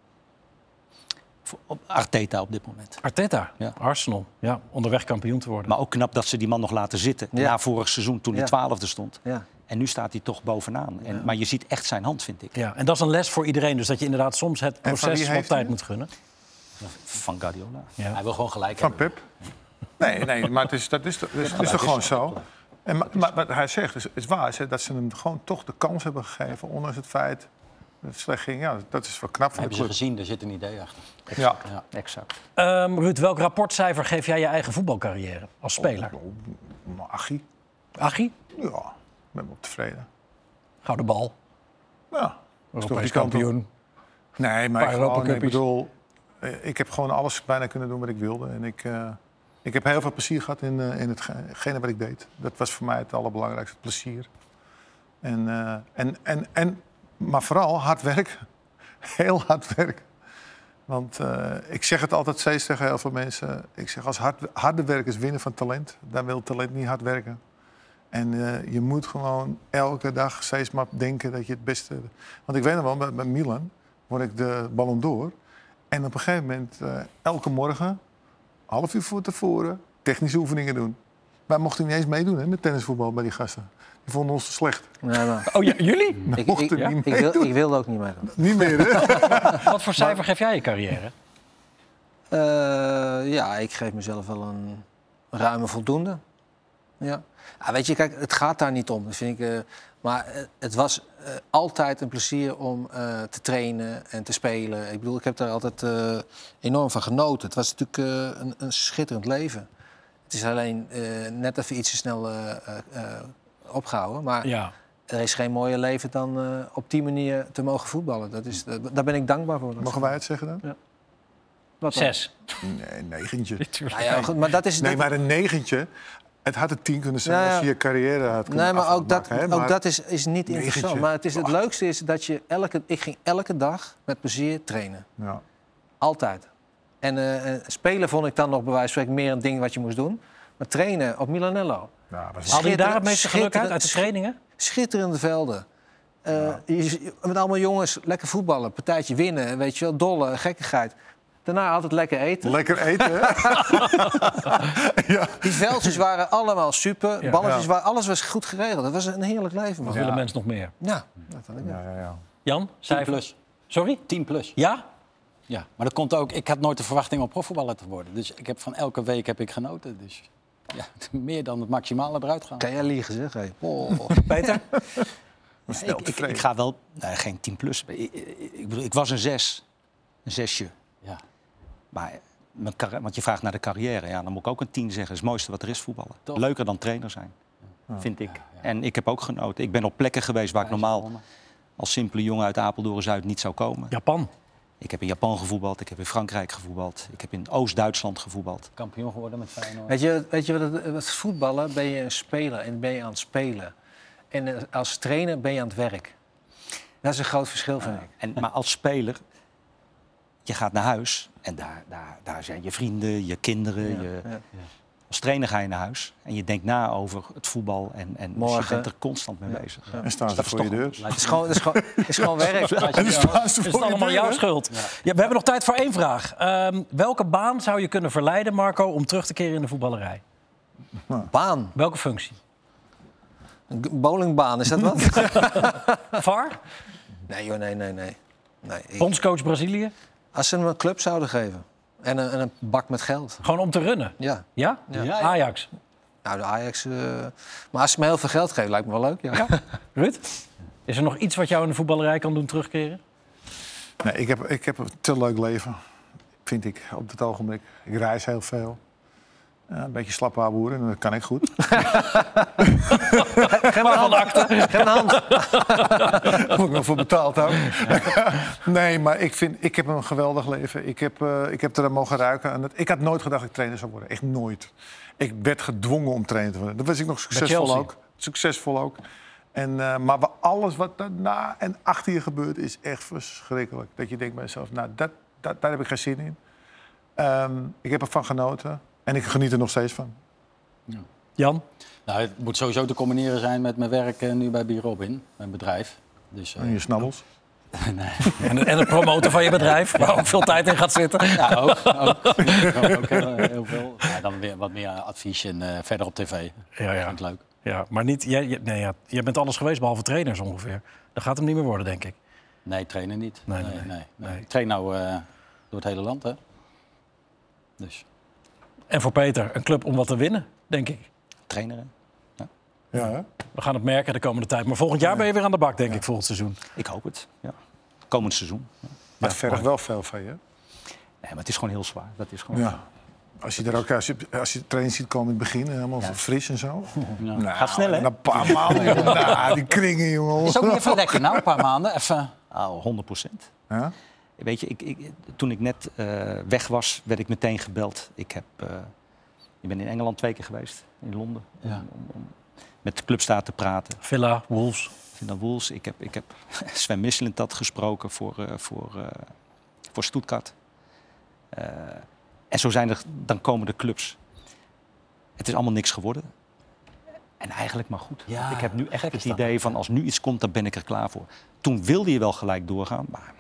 Arteta op dit moment. Arteta, ja. Arsenal. Ja, onderweg kampioen te worden. Maar ook knap dat ze die man nog laten zitten. Ja. Na vorig seizoen toen hij twaalfde stond. Ja. En nu staat hij toch bovenaan. En, ja. Maar je ziet echt zijn hand, vind ik. Ja, en dat is een les voor iedereen. Dus dat je inderdaad soms het proces wat tijd moet gunnen. Van Guardiola. Ja. Hij wil gewoon gelijk Van hebben. Pep? Nee, nee, maar het is, dat is, dat is, dat is toch gewoon zo. En, maar, maar, maar hij zegt, het is waar, is dat ze hem gewoon toch de kans hebben gegeven. Ondanks het feit dat het slecht ging. Ja, dat is wel knap van de club. Hebben ze gezien, er zit een idee achter. Exact. Ja, ja, exact. Um, Ruud, welk rapportcijfer geef jij je eigen voetbalcarrière als speler? Oh, oh, oh, Achie. Achie? Ja, ik ben wel tevreden. Gouden bal. Ja. Europees kampioen. Nee, maar ik, gewoon, ik bedoel, ik heb gewoon alles bijna kunnen doen wat ik wilde. En ik, uh, ik heb heel veel plezier gehad in, uh, in hetgene wat ik deed. Dat was voor mij het allerbelangrijkste, plezier. En, uh, en, en, en, maar vooral hard werken. Heel hard werken. Want uh, ik zeg het altijd steeds tegen heel veel mensen. Ik zeg, als hard, harde werkers winnen van talent, dan wil talent niet hard werken. En uh, je moet gewoon elke dag steeds maar denken dat je het beste... Want ik weet nog wel, bij, bij Milan word ik de Ballon d'Or. En op een gegeven moment, uh, elke morgen, half uur voor tevoren, technische oefeningen doen. Wij mochten niet eens meedoen hè, met tennisvoetbal bij die gasten. Die vonden ons te slecht. Ja, maar... Oh, ja, jullie? Ik, ik, ik, ja? ik, wil, ik wilde ook niet meedoen. Niet meer, hè? Wat voor cijfer maar... geef jij je carrière? Uh, ja, ik geef mezelf wel een ruime voldoende. Ja. Ja, weet je, kijk, het gaat daar niet om. Dat vind ik, uh, maar uh, het was uh, altijd een plezier om uh, te trainen en te spelen. Ik bedoel, ik heb daar altijd uh, enorm van genoten. Het was natuurlijk uh, een, een schitterend leven. Het is alleen uh, net even iets te snel uh, uh, opgehouden. Maar ja. Er is geen mooier leven dan uh, op die manier te mogen voetballen. Dat is, uh, daar ben ik dankbaar voor. Mogen wij het zeggen dan? Ja. Wat dan? Zes. Nee, een negentje. Nou ja, goed, maar dat is, Nee, dat- maar een negentje... Het had een tien kunnen zijn Nou ja. als je je carrière had kunnen Nee, maar ook dat, afmaken, hè, ook maar dat is, is niet negentje. interessant. Maar het, is, het leukste is dat je elke... Ik ging elke dag met plezier trainen. Ja. Altijd. En uh, spelen vond ik dan nog bij wijze van spreken meer een ding wat je moest doen. Maar trainen op Milanello. Ja, was Haalde je daar het meeste geluk uit, schitterend- uit de trainingen? Schitterende velden. Uh, je, met allemaal jongens lekker voetballen, partijtje winnen, weet je wel, dolle, gekkigheid. Daarna altijd lekker eten. Lekker eten, hè? Ja. Die veldjes waren allemaal super. Ja. Balletjes Ja. waren, alles was goed geregeld. Het was een heerlijk leven, man. Wat willen mensen nog meer? Ja, dat vond ik wel. Ja, ja, ja. Jan, tien cijfer? plus. Sorry? tien plus. Ja? Ja, maar dat komt ook... Ik had nooit de verwachting om profvoetballer te worden. Dus ik heb van elke week heb ik genoten. Dus ja, meer dan het maximale eruit gaan. Kan jij liegen, zeg? Hey. Oh. Peter? Snel Ik, ik, tevreden. ik ga wel... Nee, geen tien plus. Ik, ik, ik bedoel, ik was een zes. Een zesje. Ja. Maar mijn carri- want je vraagt naar de carrière. Ja, dan moet ik ook een tien zeggen. Dat is het mooiste wat er is, voetballen. Toch? Leuker dan trainer zijn, vind ik. En ik heb ook genoten. Ik ben op plekken geweest waar ik normaal als simpele jongen uit Apeldoorn-Zuid niet zou komen. Japan. Ik heb in Japan gevoetbald, ik heb in Frankrijk gevoetbald. Ik heb in Oost-Duitsland gevoetbald. Kampioen geworden met Feyenoord. Weet je, weet je wat, het, wat voetballen ben je een speler en ben je aan het spelen. En eh, als trainer ben je aan het werk. Dat is een groot verschil, vind ik. En, maar als speler, je gaat naar huis en daar, daar, daar zijn je vrienden, je kinderen. Ja, je, ja. Als trainer ga je naar huis en je denkt na over het voetbal. En, en dus je Morgen. bent er constant mee bezig. En staan ze Dat is voor je toch- deur. Het is gewoon, het is gewoon, het is gewoon werk. En dan staan ze Is voor het je allemaal deur, jouw hè? schuld? Ja, we hebben nog tijd voor één vraag. Ehm, welke baan zou je kunnen verleiden, Marco, om terug te keren in de voetballerij? Baan. Welke functie? Een bowlingbaan, is dat wat? V A R? Nee joh, nee, nee, nee. nee ik- Bondscoach Brazilië? Als ze hem een club zouden geven. En een, en een bak met geld. Gewoon om te runnen? Ja. Ja? Ja. Ajax? Nou, de Ajax... uh, maar als ze me heel veel geld geven, lijkt me wel leuk. Ja. Ja. Ruud? Is er nog iets wat jou in de voetballerij kan doen terugkeren? Nee, ik heb, ik heb een te leuk leven, vind ik, op dit ogenblik. Ik reis heel veel. Ja, een beetje slappe ouwehoeren, en dat kan ik goed. Geen hand. Geen hand. Daar moet ik nog voor betaald ook. Nee, maar ik, vind, ik heb een geweldig leven. Ik heb, uh, ik heb er mogen ruiken. En dat, ik had nooit gedacht dat ik trainer zou worden. Echt nooit. Ik werd gedwongen om trainer te worden. Dat was ik nog succesvol ook. Succesvol ook. En, uh, maar alles wat daarna en achter je gebeurt is echt verschrikkelijk. Dat je denkt bij jezelf, nou, dat, dat, daar heb ik geen zin in. Um, ik heb ervan genoten. En ik geniet er nog steeds van. Ja. Jan? Nou, het moet sowieso te combineren zijn met mijn werk uh, nu bij Birobin, mijn bedrijf. Dus, uh, en je snabbels? Nee. En, en het promoten van je bedrijf, waar ook veel tijd in gaat zitten. Ja, ook. ook, ook heel, heel veel. Ja, dan weer wat meer advies en uh, verder op tv. Ja, ja. Vind ik leuk. Ja, maar niet, jij, jij- nee, ja, jij bent alles geweest behalve trainers ongeveer. Dat gaat hem niet meer worden, denk ik. Nee, trainen niet. Nee, Nee, nee, nee, nee. nee. Ik train nou uh, door het hele land, hè. Dus. En voor Peter, een club om wat te winnen, denk ik. Traineren. Ja, hè? We gaan het merken de komende tijd. Maar volgend jaar ben je weer aan de bak, denk ik, volgend seizoen. Ik hoop het. Ja. Komend seizoen. Ja. Maar het vergt wel veel van je. Nee, maar het is gewoon heel zwaar. Dat is gewoon... Ja. Als je er ook, als je, als je trainers ziet komen in het begin, helemaal Ja. fris en zo. Ja. Nou, Gaat snel, hè? na een paar maanden, jongen, nou, die kringen, jongen. Is ook niet even lekker, nou, een paar maanden. Even. Oh, honderd procent. Ja? Weet je, ik, ik, toen ik net uh, weg was, werd ik meteen gebeld. Ik, heb, uh, ik ben in Engeland twee keer geweest, in Londen, Ja. om, om, om met de clubstaat te praten. Villa, Wolves. Villa Wolves. Ik heb, ik heb Sven Mislintat gesproken voor, uh, voor, uh, voor Stuttgart. Uh, en zo zijn er, dan komen de clubs. Het is allemaal niks geworden. En eigenlijk maar goed. Ja, ik heb nu echt gek het is dat. idee van als nu iets komt, dan ben ik er klaar voor. Toen wilde je wel gelijk doorgaan, maar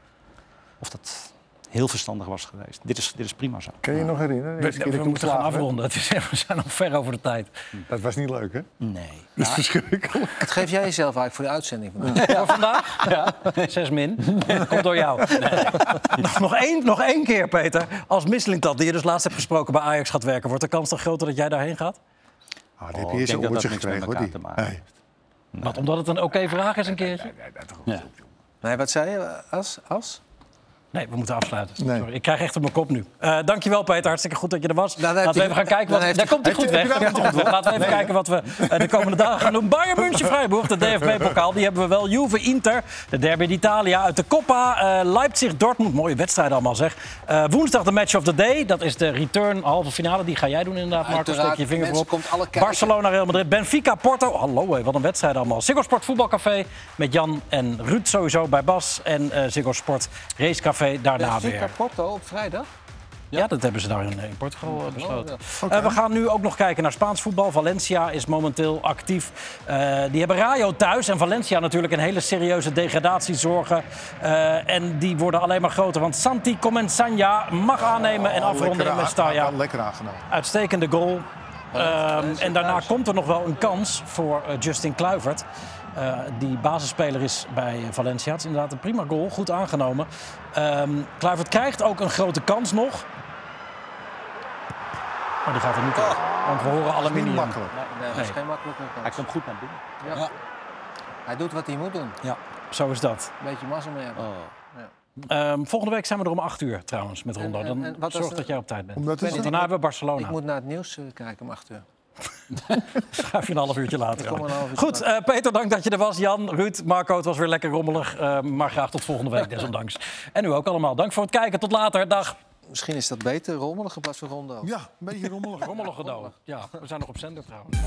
of dat heel verstandig was geweest. Dit is, dit is prima zo. Kun je je nog herinneren? We, Eerste keer we dat je moeten gaan ontslagen afronden. Het is, we zijn al ver over de tijd. werd? Dat was niet leuk, hè? Nee. Dat is verschrikkelijk. Wat geef jij jezelf eigenlijk voor de uitzending vandaag? Voor vandaag? Ja. Zes min. Komt door jou. Nog, nog, één, nog één keer, Peter. Als Mislintat, die je dus laatst hebt gesproken, bij Ajax gaat werken... wordt de kans dan groter dat jij daarheen gaat? Ah, die heb Oh, je ik eerst denk een dat oortje dat niks met gekregen, hoor. elkaar Die. te maken Nee. heeft. Wat, omdat het een oké vraag is een keertje? Ja. Nee, wat zei je? As? As? Nee, we moeten afsluiten. Nee. Sorry, ik krijg echt op mijn kop nu. Uh, dankjewel, Peter. Hartstikke goed dat je er was. Nou, Laten we even gaan kijken. Wat... Daar komt hij goed weg. Heb je wel Goed. Laten we even nee, kijken wat we uh, de komende dagen gaan doen. Bayern München Freiburg, de D F B-pokaal. Die hebben we wel. Juve Inter, de derby d'Italia uit de Coppa. Uh, Leipzig Dortmund, mooie wedstrijden allemaal zeg. Uh, woensdag de match of the day. Dat is de return halve finale. Die ga jij doen inderdaad, Marco. Steek je vinger op. Barcelona Real Madrid, Benfica Porto. Hallo, hé, wat een wedstrijd allemaal. Ziggo Sport Voetbalcafé met Jan en Ruud sowieso bij Bas. En uh, Ziggo Sport Racecafé daarna Benfica weer. Porto op vrijdag? Ja, ja, dat hebben ze daar in, in Portugal uh, besloten. Oh, ja. Okay. Uh, we gaan nu ook nog kijken naar Spaans voetbal. Valencia is momenteel actief. Uh, die hebben Rayo thuis. En Valencia natuurlijk een hele serieuze degradatiezorgen. Uh, en die worden alleen maar groter. Want Santi Comensagna mag aannemen en Oh, afronden in Mestalla. Lekker aangenomen. Uitstekende goal. Uh, en daarna komt er nog wel een kans voor uh, Justin Kluivert. Uh, die basisspeler is bij Valencia. Het is inderdaad een prima goal, goed aangenomen. Um, Kluivert krijgt ook een grote kans nog. Maar die gaat er niet op. Want we horen aluminium. Niet makkelijk. Nee, nee, dat is geen makkelijke kans. Hij komt goed naar binnen. Ja. Ja. Hij doet wat hij moet doen. Ja, zo is dat. Beetje mazzel mee hebben. Oh. Ja. Um, volgende week zijn we er om acht uur trouwens met Rondo. En- en- Dan en wat zorg is dat de- jij op tijd bent. Omdat het- Want daarna hebben we Barcelona. Ik moet naar het nieuws uh, kijken om acht uur. Schuif je een half uurtje later. Ik kom een half uurtje Goed, uh, Peter, dank dat je er was. Jan, Ruud, Marco, het was weer lekker rommelig. Uh, maar graag tot volgende week, desondanks. En u ook allemaal. Dank voor het kijken. Tot later. Dag. Misschien is dat beter, rommelig in plaats van Rondo. Ja, een beetje rommelig. Rommelig gedoe. Ja, we zijn nog op zender trouwens.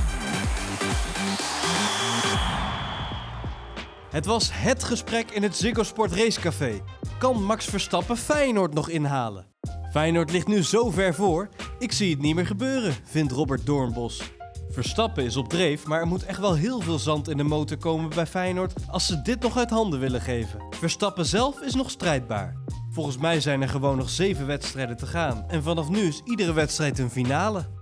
Het was het gesprek in het Ziggo Sport Racecafé. Kan Max Verstappen Feyenoord nog inhalen? Feyenoord ligt nu zo ver voor, ik zie het niet meer gebeuren, vindt Robert Doornbos. Verstappen is op dreef, maar er moet echt wel heel veel zand in de motor komen bij Feyenoord als ze dit nog uit handen willen geven. Verstappen zelf is nog strijdbaar. Volgens mij zijn er gewoon nog zeven wedstrijden te gaan en vanaf nu is iedere wedstrijd een finale.